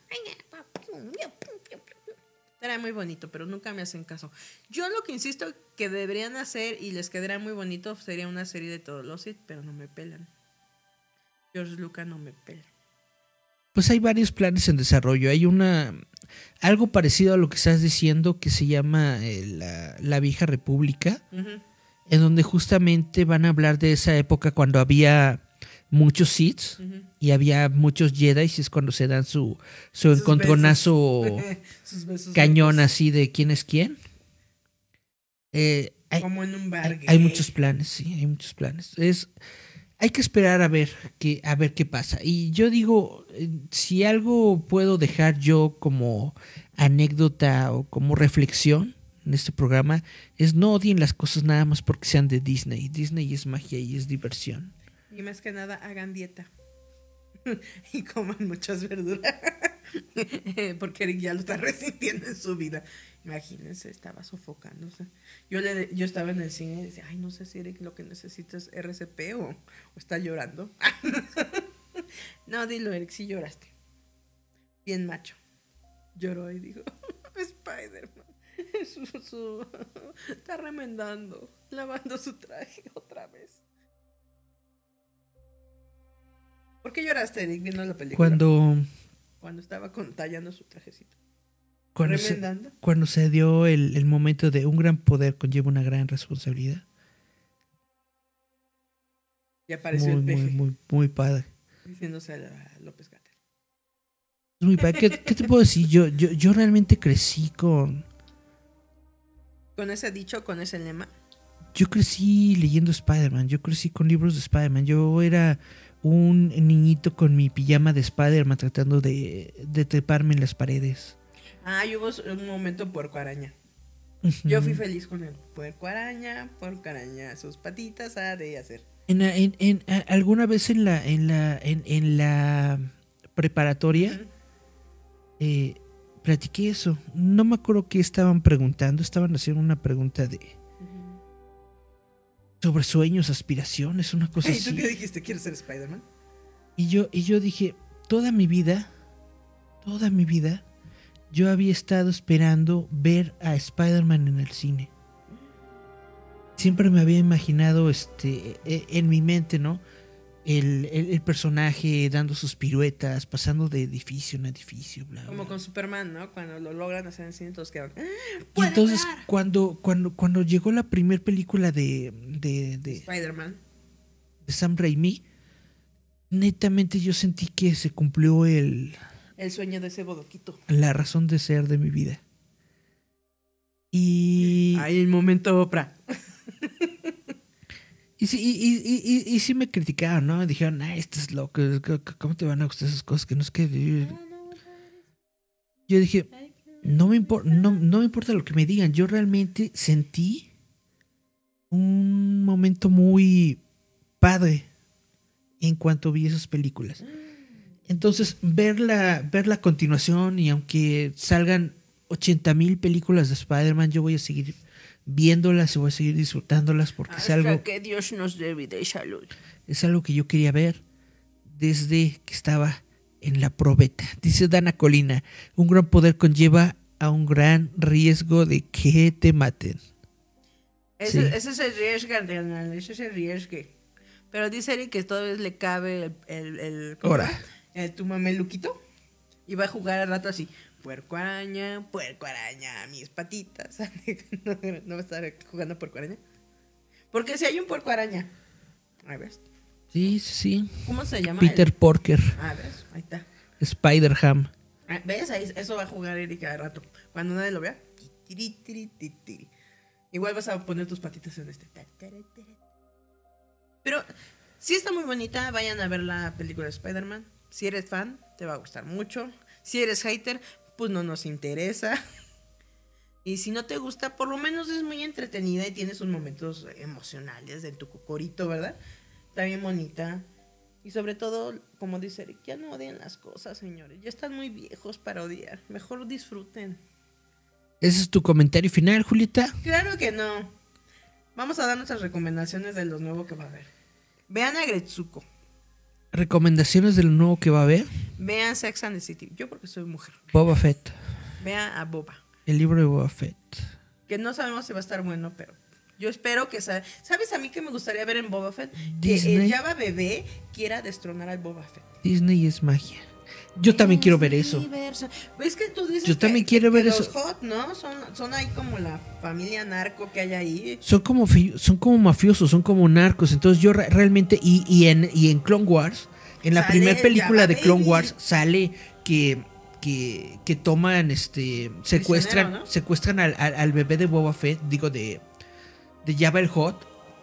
Estaría muy bonito, pero nunca me hacen caso. Yo lo que insisto que deberían hacer y les quedaría muy bonito sería una serie de todos los Sith, pero no me pelan. George Lucas no me pela. Pues hay varios planes en desarrollo. Hay algo parecido a lo que estás diciendo que se llama la Vieja República, en donde justamente van a hablar de esa época cuando había muchos Sith y había muchos Jedi, y es cuando se dan su encontronazo Sus besos cañón locos. así de quién es quién. Como en un bar Hay gay. muchos planes, sí, hay muchos planes. Hay que esperar a ver qué pasa. Y yo digo, si algo puedo dejar yo como anécdota o como reflexión en este programa, es no odien las cosas nada más porque sean de Disney. Disney es magia y es diversión. Y más que nada, hagan dieta. Y coman muchas verduras. Porque Eric ya lo está resintiendo en su vida. Imagínense, estaba sofocándose. Yo estaba en el cine y decía, ay, no sé si Eric lo que necesita es RCP o está llorando. No, dilo, Eric, sí lloraste. Bien macho. Lloró y dijo, Spider-Man. Está remendando, lavando su traje otra vez. ¿Por qué lloraste, Eric, viendo la película? Cuando estaba tallando su trajecito. Cuando se dio el momento de un gran poder conlleva una gran responsabilidad. Y apareció muy, el peje. muy, muy, muy padre. Diciéndose a López Gatell. Es muy padre. ¿Qué te puedo decir? Yo realmente crecí con ese dicho, con ese lema. Yo crecí leyendo Spider-Man. Yo crecí con libros de Spider-Man. Yo era un niñito con mi pijama de Spider-Man tratando de treparme en las paredes. Y hubo un momento puerco araña. Yo fui feliz con él. Puerco araña, sus patitas ha de hacer. Alguna vez en la preparatoria platiqué eso. No me acuerdo qué estaban preguntando. Estaban haciendo una pregunta sobre sueños, aspiraciones, una cosa así. ¿Y tú qué dijiste? ¿Quieres ser Spider-Man? Y yo dije, toda mi vida, yo había estado esperando ver a Spider-Man en el cine. Siempre me había imaginado en mi mente, ¿no? El personaje dando sus piruetas, pasando de edificio en edificio, bla, bla. Como con Superman, ¿no? Cuando lo logran hacer en cine, todos quedan. Y entonces, cuando llegó la primera película de Spider-Man, de Sam Raimi, netamente yo sentí que se cumplió el sueño de ese bodoquito. La razón de ser de mi vida. Y ahí el momento Oprah. Y sí me criticaron, ¿no? Me dijeron, estás loco, ¿cómo te van a gustar esas cosas? Que no es que... Yo dije, no me importa lo que me digan. Yo realmente sentí un momento muy padre en cuanto vi esas películas. Entonces, ver la continuación, y aunque salgan 80,000 películas de Spider-Man, yo voy a seguir viéndolas y voy a seguir disfrutándolas porque es algo que Dios nos dé vida y salud. Es algo que yo quería ver desde que estaba en la probeta. Dice Dana Colina, un gran poder conlleva a un gran riesgo de que te maten. Ese es el riesgo, ese es el riesgo. Pero dice Eric que todavía le cabe el tu mameluquito y va a jugar al rato así. Puerco araña, mis patitas. ¿No va a estar jugando puerco araña? Porque si hay un puerco araña. A ver. Sí. ¿Cómo se llama? Peter Porker. A ver, ahí está. Spider-Ham. ¿Ves? Ahí, eso va a jugar Eric al rato. Cuando nadie lo vea. Igual vas a poner tus patitas en este. Pero sí está muy bonita. Vayan a ver la película de Spider-Man. Si eres fan, te va a gustar mucho. Si eres hater, pues no nos interesa. Y si no te gusta, por lo menos es muy entretenida y tiene sus momentos emocionales de tu cocorito, ¿verdad? Está bien bonita. Y sobre todo, como dice Eric, ya no odien las cosas, señores. Ya están muy viejos para odiar. Mejor disfruten. ¿Ese es tu comentario final, Julieta? Claro que no. Vamos a dar nuestras recomendaciones de lo nuevo que va a haber. Vean a Gretsuko. ¿Recomendaciones de lo nuevo que va a haber? Vean Sex and the City. Yo porque soy mujer. Boba Fett. Vean a Boba. El libro de Boba Fett. Que no sabemos si va a estar bueno, pero yo espero que sea. ¿Sabes a mí que me gustaría ver en Boba Fett? Disney. Que el Java bebé quiera destronar al Boba Fett. Disney es magia. Yo también quiero ver eso. Es que tú dices Yo también quiero ver eso. Los Hot, ¿no? Son ahí como la familia narco que hay ahí. Son como mafiosos, son como narcos. Entonces yo realmente, y en Clone Wars, en la primera película de Clone Wars, sale que toman, secuestran, ¿no? secuestran al bebé de Boba Fett, digo, de Jabba el Hutt.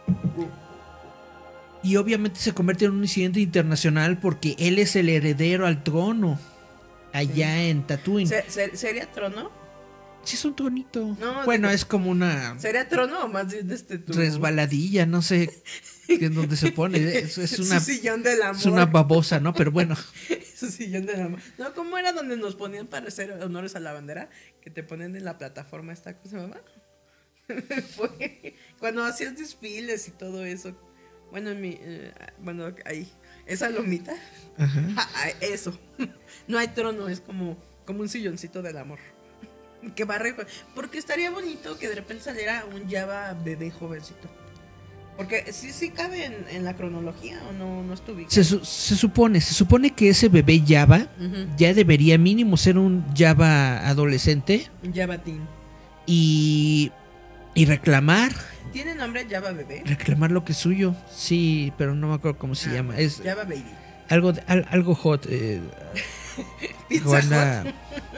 Y obviamente se convierte en un incidente internacional porque él es el heredero al trono allá en Tatooine. ¿Sería trono? Sí, es un tronito. No, bueno, es como una... ¿Sería trono o más bien resbaladilla, no sé en dónde se pone. Es una, su sillón del amor. Es una babosa, ¿no? Pero bueno. Su sillón del amor. No, ¿cómo era donde nos ponían para hacer honores a la bandera? Que te ponen en la plataforma esta, ¿cómo se llama? Fue cuando hacías desfiles y todo eso. Bueno, bueno, ahí, esa lomita. Ajá. Eso. No hay trono, es como un silloncito del amor. Que barre. Porque estaría bonito que de repente saliera un Java bebé jovencito. Porque sí cabe en la cronología o no estuve. Se supone que ese bebé Java ya debería mínimo ser un Java adolescente. Un Java teen. Y reclamar. ¿Tiene nombre Java bebé? Reclamar lo que es suyo. Sí, pero no me acuerdo cómo se llama. Es Java baby. Algo hot. Pizza hot.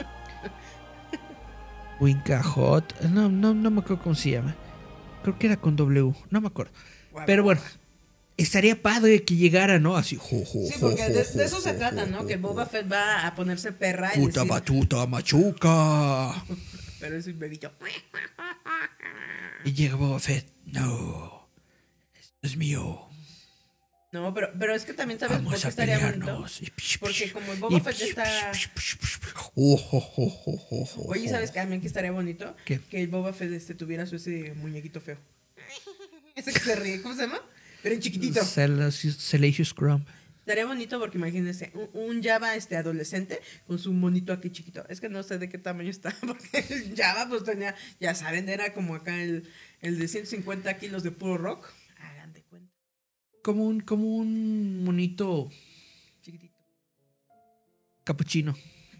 Winca Hot. No me acuerdo cómo se llama. Creo que era con W. No me acuerdo. Pero bueno, estaría padre que llegara, ¿no? Así. Sí, porque de eso se trata, ¿no? Que Boba Fett va a ponerse perra y puta decir, batuta machuca. Pero es un bebito. Y llega Boba Fett. No. Esto es mío. No, pero es que también sabes por qué estaría bonito. Porque como el Boba Fett está. Oye, ¿sabes también que estaría bonito? ¿Qué? Que el Boba Fett tuviera ese muñequito feo. Ese que se ríe, ¿cómo se llama? Pero en chiquitito. Salacious Crumb. Estaría bonito porque imagínense, un Java adolescente con su monito aquí chiquito. Es que no sé de qué tamaño está, porque el Java pues tenía, ya saben, era como acá el de 150 kilos de puro rock. Hagan de cuenta. Como un monito Chiquitito. capuchino.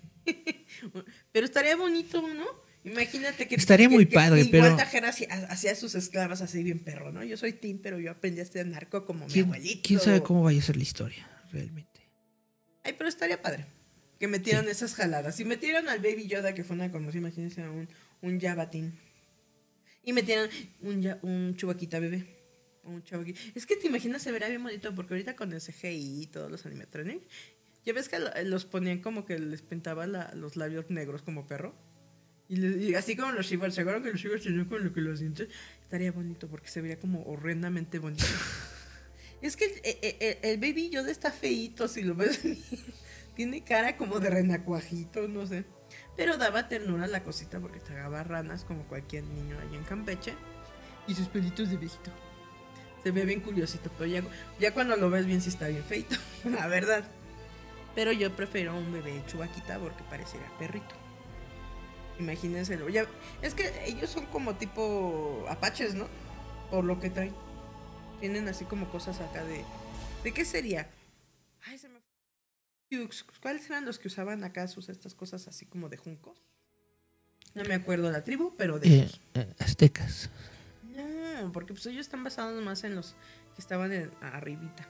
Pero estaría bonito, ¿no? Imagínate que... Estaría muy padre, igual pero... Tajera hacía sus esclavas así bien perro, ¿no? Yo soy teen, pero yo aprendí a ser narco como mi abuelito. ¿Quién sabe cómo vaya a ser la historia, realmente? Ay, pero estaría padre que metieran esas jaladas. Si metieran al Baby Yoda, que fue una conmoción, imagínense a un Java teen. Y metieran un Chewbacca bebé. Un Chewbacca. Es que te imaginas, se verá bien bonito, porque ahorita con el CGI y todos los animatronics, ya ves que los ponían como que les pintaban los labios negros como perro. Y así como los Shivers, ¿se acuerdan que los Shivers tenían con lo que los dientes? Estaría bonito porque se vería como horrendamente bonito. Es que el Baby Yoda está feíto, si lo ves. Tiene cara como de renacuajito, no sé. Pero daba ternura a la cosita porque tragaba ranas como cualquier niño allá en Campeche. Y sus pelitos de viejito. Se ve bien curiosito, pero ya cuando lo ves bien sí está bien feito, la verdad. Pero yo prefiero un bebé Chewbacca porque pareciera perrito. Imagínenselo. Ya, es que ellos son como tipo apaches, ¿no? Por lo que traen. Tienen así como cosas acá ¿de qué sería? Ay, se me fue. ¿Cuáles eran los que usaban acá estas cosas así como de juncos? No me acuerdo la tribu, pero de ellos. Aztecas. No, porque pues ellos están basados más en los que estaban arribita.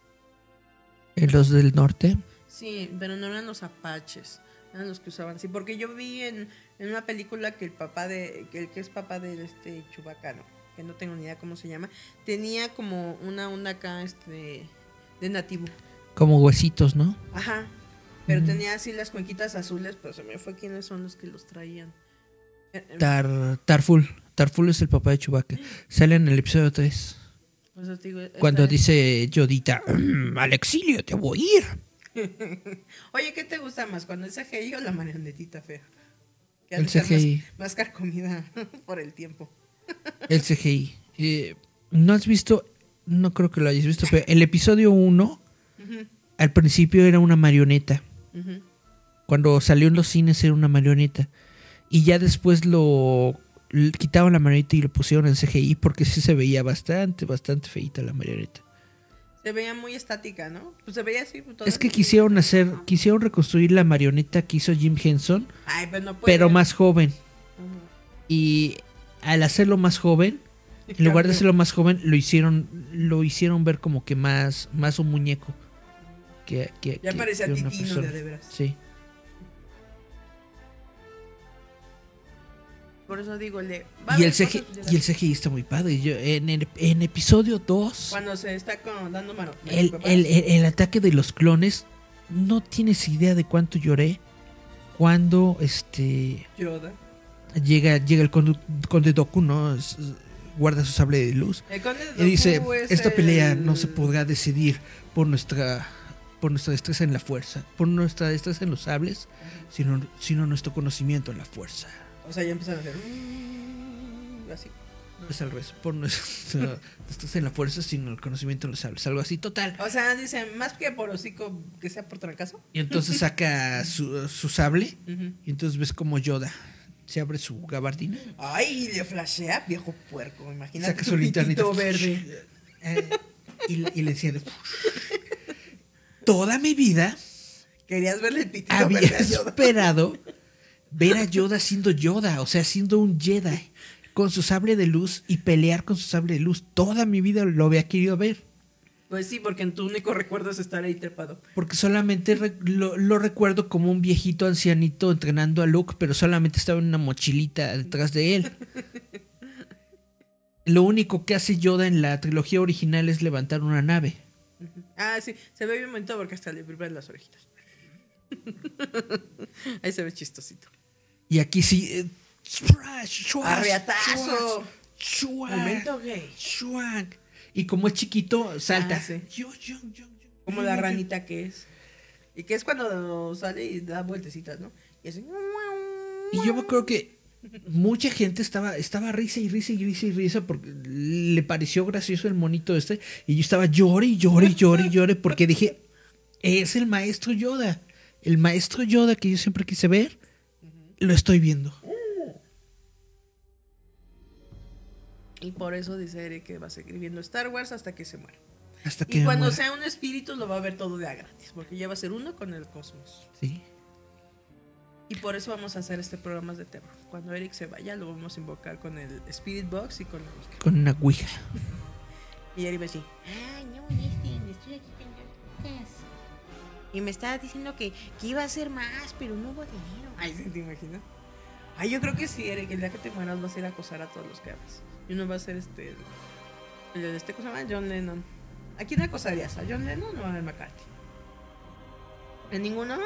¿En los del norte? Sí, pero no eran los apaches. Eran los que usaban así. Porque yo vi en una película que el papá que es papá de Chewbacca, ¿no? Que no tengo ni idea cómo se llama, tenía como una onda acá de nativo. Como huesitos, ¿no? Ajá. Pero tenía así las cuenquitas azules, pero se me fue quiénes son los que los traían. Tarful. Tarful es el papá de Chewbacca. Sale en el episodio 3. Pues os digo, Cuando dice Yodita, al exilio te voy a ir. Oye, ¿qué te gusta más? ¿Cuando el CGI o la marionetita fea? Que ha El de ser CGI. más carcomida por el tiempo. El CGI. ¿No has visto? No creo que lo hayas visto, pero el episodio 1, al principio era una marioneta. Ujú. Cuando salió en los cines era una marioneta. Y ya después quitaron la marioneta y lo pusieron en CGI porque sí se veía bastante feíta la marioneta. Se veía muy estática, ¿no? Pues se veía así. Todo Es que quisieron reconstruir la marioneta que hizo Jim Henson, Ay, pues no puede. pero más joven. Ujú. Y al hacerlo más joven, en lugar de hacerlo más joven, lo hicieron ver como que más un muñeco. Ya parecía que una Titino, persona. de veras. Sí. Por eso digo, Y el CGI está muy padre. En episodio 2, Cuando se está dando mano. el ataque de los clones, no tienes idea de cuánto lloré cuando Yoda. llega el conde Dooku, ¿no? Guarda su sable de luz. El conde de Y dice, Dooku es esta pelea el- no se podrá decidir por nuestra destreza en la fuerza, por nuestra destreza en los sables, sino nuestro conocimiento en la fuerza. O sea, ya empezaron a hacer. Así. Es al revés, por nuestra destreza en la fuerza, sino el conocimiento en los sables, algo así, total. O sea, dicen, más que por hocico, que sea por trancazo. Y entonces saca su sable, Ujú. y entonces ves como Yoda se abre su gabardina, Ay, le flashea, viejo puerco. Imagínate. saca su linternita pitito verde. y le enciende. Toda mi vida Querías verle el pitito había verde a Yoda. esperado ver a Yoda siendo Yoda, o sea, siendo un Jedi con su sable de luz y pelear con su sable de luz. Toda mi vida lo había querido ver, Pues sí, porque en tu único recuerdo es estar ahí trepado. porque solamente lo recuerdo como un viejito ancianito entrenando a Luke, pero solamente estaba en una mochilita detrás de él. Lo único que hace Yoda en la trilogía original es levantar una nave. Ujú. Ah, sí, se ve bien bonito porque hasta le vibran las orejitas. Ahí se ve chistosito. Y aquí sí... ¡Arreatazo! ¡Shuak! Momento gay. ¡Shuak! Y como es chiquito, salta. Ah, sí. Yo. Como la ranita que es. Y que es cuando sale y da vueltecitas, ¿no? Y así. Y yo me acuerdo que mucha gente estaba risa y risa porque le pareció gracioso el monito este. Y yo estaba llore porque dije, es el maestro Yoda. El maestro Yoda que yo siempre quise ver, lo estoy viendo. Y por eso dice Eric que va a seguir viendo Star Wars hasta que se muera. Hasta que Y cuando muera. sea un espíritu lo va a ver todo de a gratis, porque ya va a ser uno con el cosmos. Sí. Y por eso vamos a hacer este programa de terror. Cuando Eric se vaya, lo vamos a invocar con el Spirit Box y con la Ouija. Con una ouija. Y Eric va a decir, Ay, no, estoy aquí con Lucas. Y me estaba diciendo que iba a hacer más, pero no hubo dinero. ay, ¿sí te imaginas? Ay, yo creo que sí, Eric, el día que te mueras vas a ir a acosar a todos los que amas. Y uno va a ser ¿cómo se llama? John Lennon. ¿A quién acosarías? ¿A John Lennon o a McCarthy? ¿A ninguno?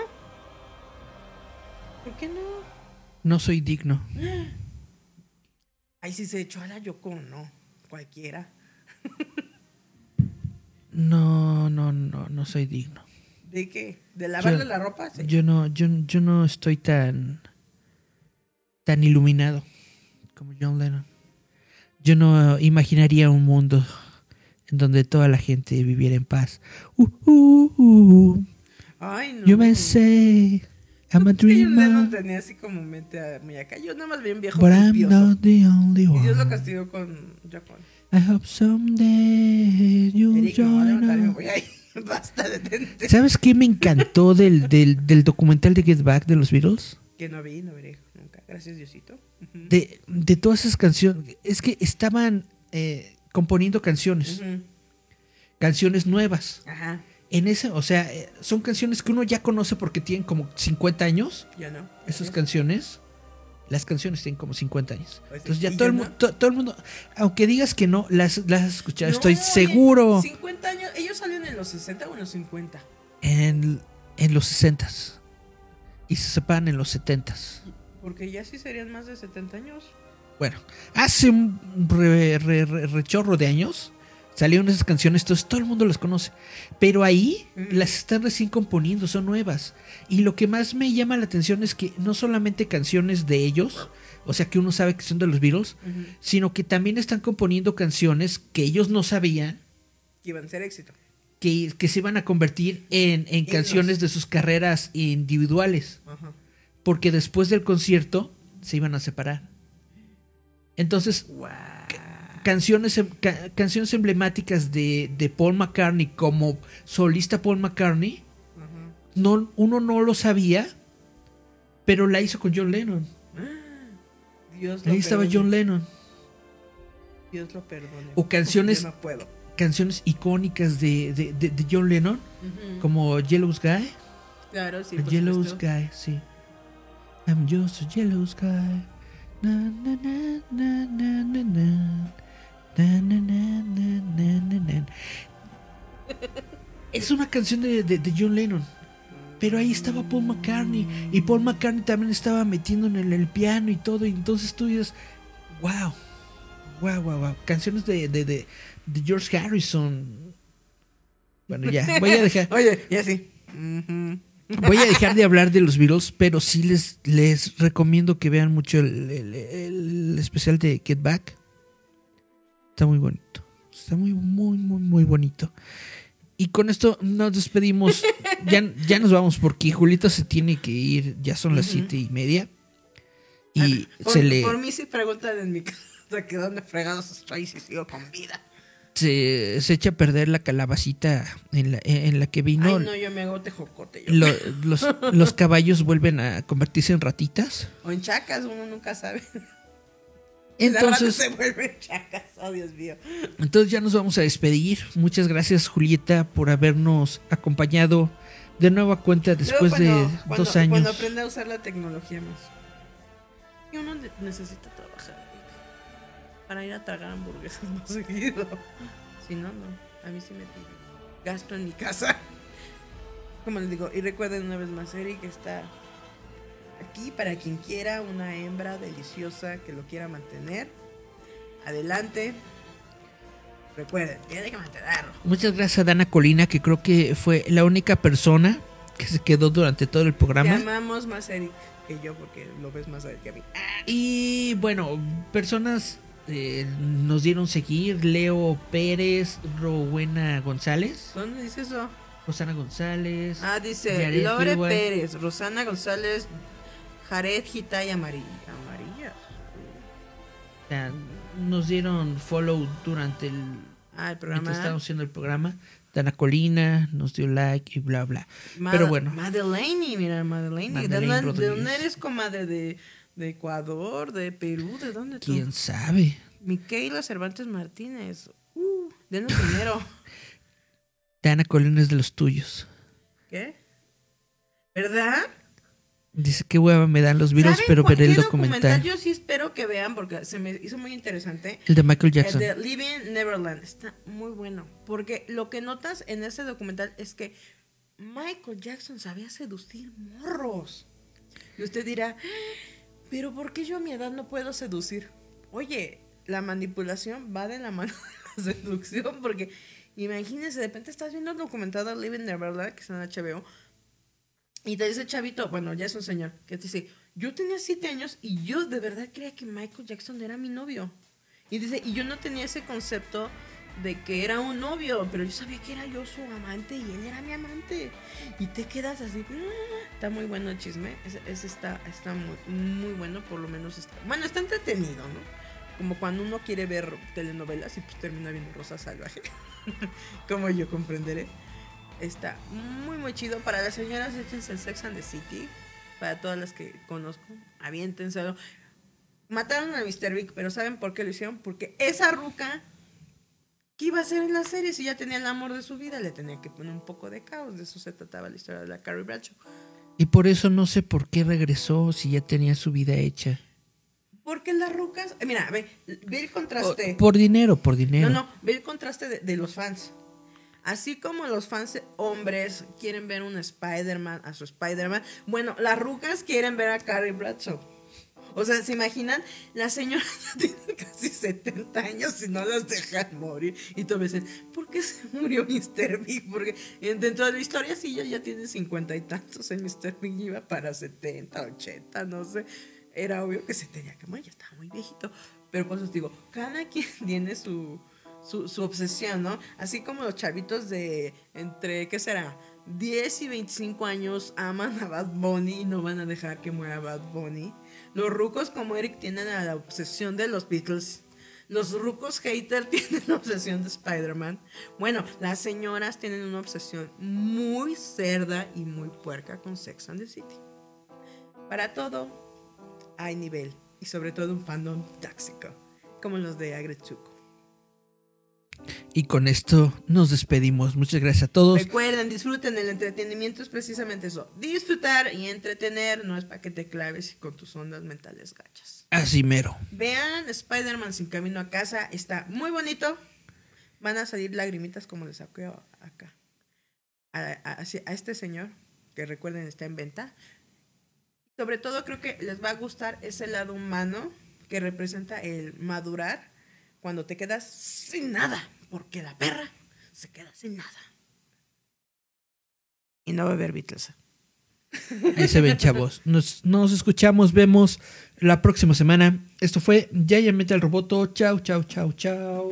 ¿Por qué no? No soy digno. Ay, si se echó a la Yoko, no. Cualquiera. No soy digno. ¿De qué? ¿De lavarle la ropa? Sí. Yo no estoy tan iluminado como John Lennon. Yo no imaginaría un mundo en donde toda la gente viviera en paz. Ay, no. You may say I'm a Es que John Lennon dreamer, tenía así como mente muy acá. Yo nada más bien viejo but I'm limpioso. not the only Y Dios lo one. castigó con Japan. I hope someday you'll Eric, no, join levantarme, us. voy ahí. Basta, detente. ¿Sabes qué me encantó del documental de Get Back de los Beatles? Que no veré nunca. Gracias, Diosito. Ujú. De todas esas canciones, es que estaban componiendo canciones, Ujú. canciones nuevas. Ajá, En ese, o sea, son canciones que uno ya conoce porque tienen como 50 años. ya no. Esas Ujú. canciones, las canciones tienen como 50 años. Pues sí, Entonces ya ¿y todo ya el, no? todo el mundo, aunque digas que no, las has escuchado, No, estoy oye, seguro. 50 años. ¿Ellos salieron en los 60 o en los 50? En los 60s y se separan en los 70s. Porque ya sí serían más de 70 años. Bueno, hace un rechorro de años salieron esas canciones, entonces todo el mundo las conoce. Pero ahí las están recién componiendo, son nuevas. Y lo que más me llama la atención es que no solamente canciones de ellos, o sea que uno sabe que son de los Beatles, sino que también están componiendo canciones que ellos no sabían Que iban a ser éxito. que se iban a convertir en canciones de sus carreras individuales. Ajá. Porque después del concierto se iban a separar. Entonces, canciones emblemáticas de Paul McCartney como solista Paul McCartney, uno no lo sabía, pero la hizo con John Lennon. Dios lo Ahí estaba perdone. John Lennon. Dios lo perdone. O canciones, Yo no puedo. canciones icónicas de John Lennon, como Yellow Sky. Claro, sí. A por Yellow supuesto. Sky, sí. I'm just a yellow sky. Na, na, na, na, na, na, na. Na, na, na, na, na, na, na. Es una canción de John Lennon. Pero ahí estaba Paul McCartney. Y Paul McCartney también estaba metiendo en el piano y todo. Y entonces tú dices, wow. Wow, wow, wow. Canciones de George Harrison. Bueno, ya, voy a dejar. Oye, ya sí. Ujú. Voy a dejar de hablar de los Beatles, pero sí les recomiendo que vean mucho el especial de Get Back. Está muy bonito. Está muy, muy, muy, muy bonito. Y con esto nos despedimos. Ya nos vamos porque Julita se tiene que ir. Ya son las 7:30. Y Por mí sí preguntan en mi casa que dónde fregados estoy si sigo con vida. se echa a perder la calabacita en la que vino. Ay, no, yo me hago tejocote. Yo. Los caballos vuelven a convertirse en ratitas. O en chacas, uno nunca sabe. Entonces, se vuelven chacas, oh Dios mío. entonces ya nos vamos a despedir. Muchas gracias, Julieta, por habernos acompañado de nueva cuenta después de 2 años. Cuando aprende a usar la tecnología más. Y uno necesita trabajar para ir a tragar hamburguesas más seguido. Si no, no. A mí sí me pide gasto en mi casa. Como les digo, y recuerden una vez más, Eric está aquí para quien quiera una hembra deliciosa que lo quiera mantener. Adelante. Recuerden, tiene que mantenerlo. Muchas gracias a Dana Colina, que creo que fue la única persona que se quedó durante todo el Te programa. amamos más Eric que yo porque lo ves más a él que a mí. Y bueno, personas nos dieron seguir: Leo Pérez, Rowena González, ¿Dónde dice eso? Rosana González. Ah, dice Yaret Lore Gilwell. Pérez, Rosana González, Jared Gita y Amarilla. O sea, nos dieron follow durante el Ah, el programa. mientras estábamos haciendo el programa. Dana Colina nos dio like y bla bla. Pero bueno, Madeleine, mira, Madeleine. ¿De Madeleine dónde Rodríguez. eres, comadre? ¿De Ecuador? ¿De Perú? ¿De dónde tú? quién sabe. Miquela Cervantes Martínez. Denos dinero. Dana Colina es de los tuyos. ¿Qué? ¿Verdad? Dice que hueva me dan los virus, pero veré el documental. Yo sí espero que vean porque se me hizo muy interesante. El de Michael Jackson. El de Living Neverland está muy bueno. Porque lo que notas en ese documental es que Michael Jackson sabía seducir morros. Y usted dirá, pero ¿por qué yo a mi edad no puedo seducir? Oye, la manipulación va de la mano de la seducción. Porque imagínense, de repente estás viendo el documental de Living Neverland, que está en HBO, y te dice chavito, bueno, ya es un señor, que te dice, yo tenía 7 años y yo de verdad creía que Michael Jackson era mi novio. Y dice, y yo no tenía ese concepto de que era un novio, pero yo sabía que era yo su amante y él era mi amante. Y te quedas así. Está muy bueno el chisme. Ese está muy, muy bueno, por lo menos está. Bueno, está entretenido, ¿no? Como cuando uno quiere ver telenovelas y pues termina viendo Rosa Salvaje. Como yo comprenderé. Está muy muy chido. Para las señoras, échense el Sex and the City. Para todas las que conozco, aviéntenselo. Mataron a Mr. Big, pero ¿saben por qué lo hicieron? Porque esa ruca, ¿qué iba a hacer en la serie? Si ya tenía el amor de su vida, le tenía que poner un poco de caos. De eso se trataba la historia de la Carrie Bradshaw. Y por eso no sé por qué regresó si ya tenía su vida hecha. Porque las rucas, mira, ve el contraste. Por dinero. No, ve el contraste de los fans. Así como los fans hombres quieren ver un Spider-Man a su Spider-Man, bueno, las rucas quieren ver a Carrie Bradshaw. O sea, ¿se imaginan? La señora ya tiene casi 70 años y no las dejan morir. Y todos dicen, ¿por qué se murió Mr. Big? Porque dentro de la historia sí ya tiene 50 y tantos. El Mr. Big iba para 70, 80, no sé. Era obvio que se tenía que morir, ya estaba muy viejito. Pero pues os digo, cada quien tiene su obsesión, ¿no? Así como los chavitos de entre, ¿qué será? 10 y 25 años aman a Bad Bunny y no van a dejar que muera Bad Bunny. Los rucos como Eric tienen la obsesión de los Beatles. Los rucos hater tienen la obsesión de Spider-Man. Bueno, las señoras tienen una obsesión muy cerda y muy puerca con Sex and the City. Para todo hay nivel y sobre todo un fandom tóxico, como los de Agretsuko. Y con esto nos despedimos. Muchas gracias a todos. Recuerden, disfruten, el entretenimiento es precisamente eso. Disfrutar y entretener, no es para que te claves con tus ondas mentales gachas. Así mero. Vean Spider-Man sin camino a casa, está muy bonito. Van a salir lagrimitas como les saqué acá. A este señor, que recuerden está en venta. Sobre todo creo que les va a gustar ese lado humano que representa el madurar cuando te quedas sin nada, porque la perra se queda sin nada. Y no va a haber Beatles. Ahí se ven, chavos. Nos escuchamos, vemos la próxima semana. Esto fue Giant Metal Roboto. Chao, chao, chao, chao.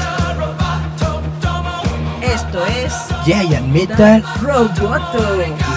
Esto es Giant Metal Roboto.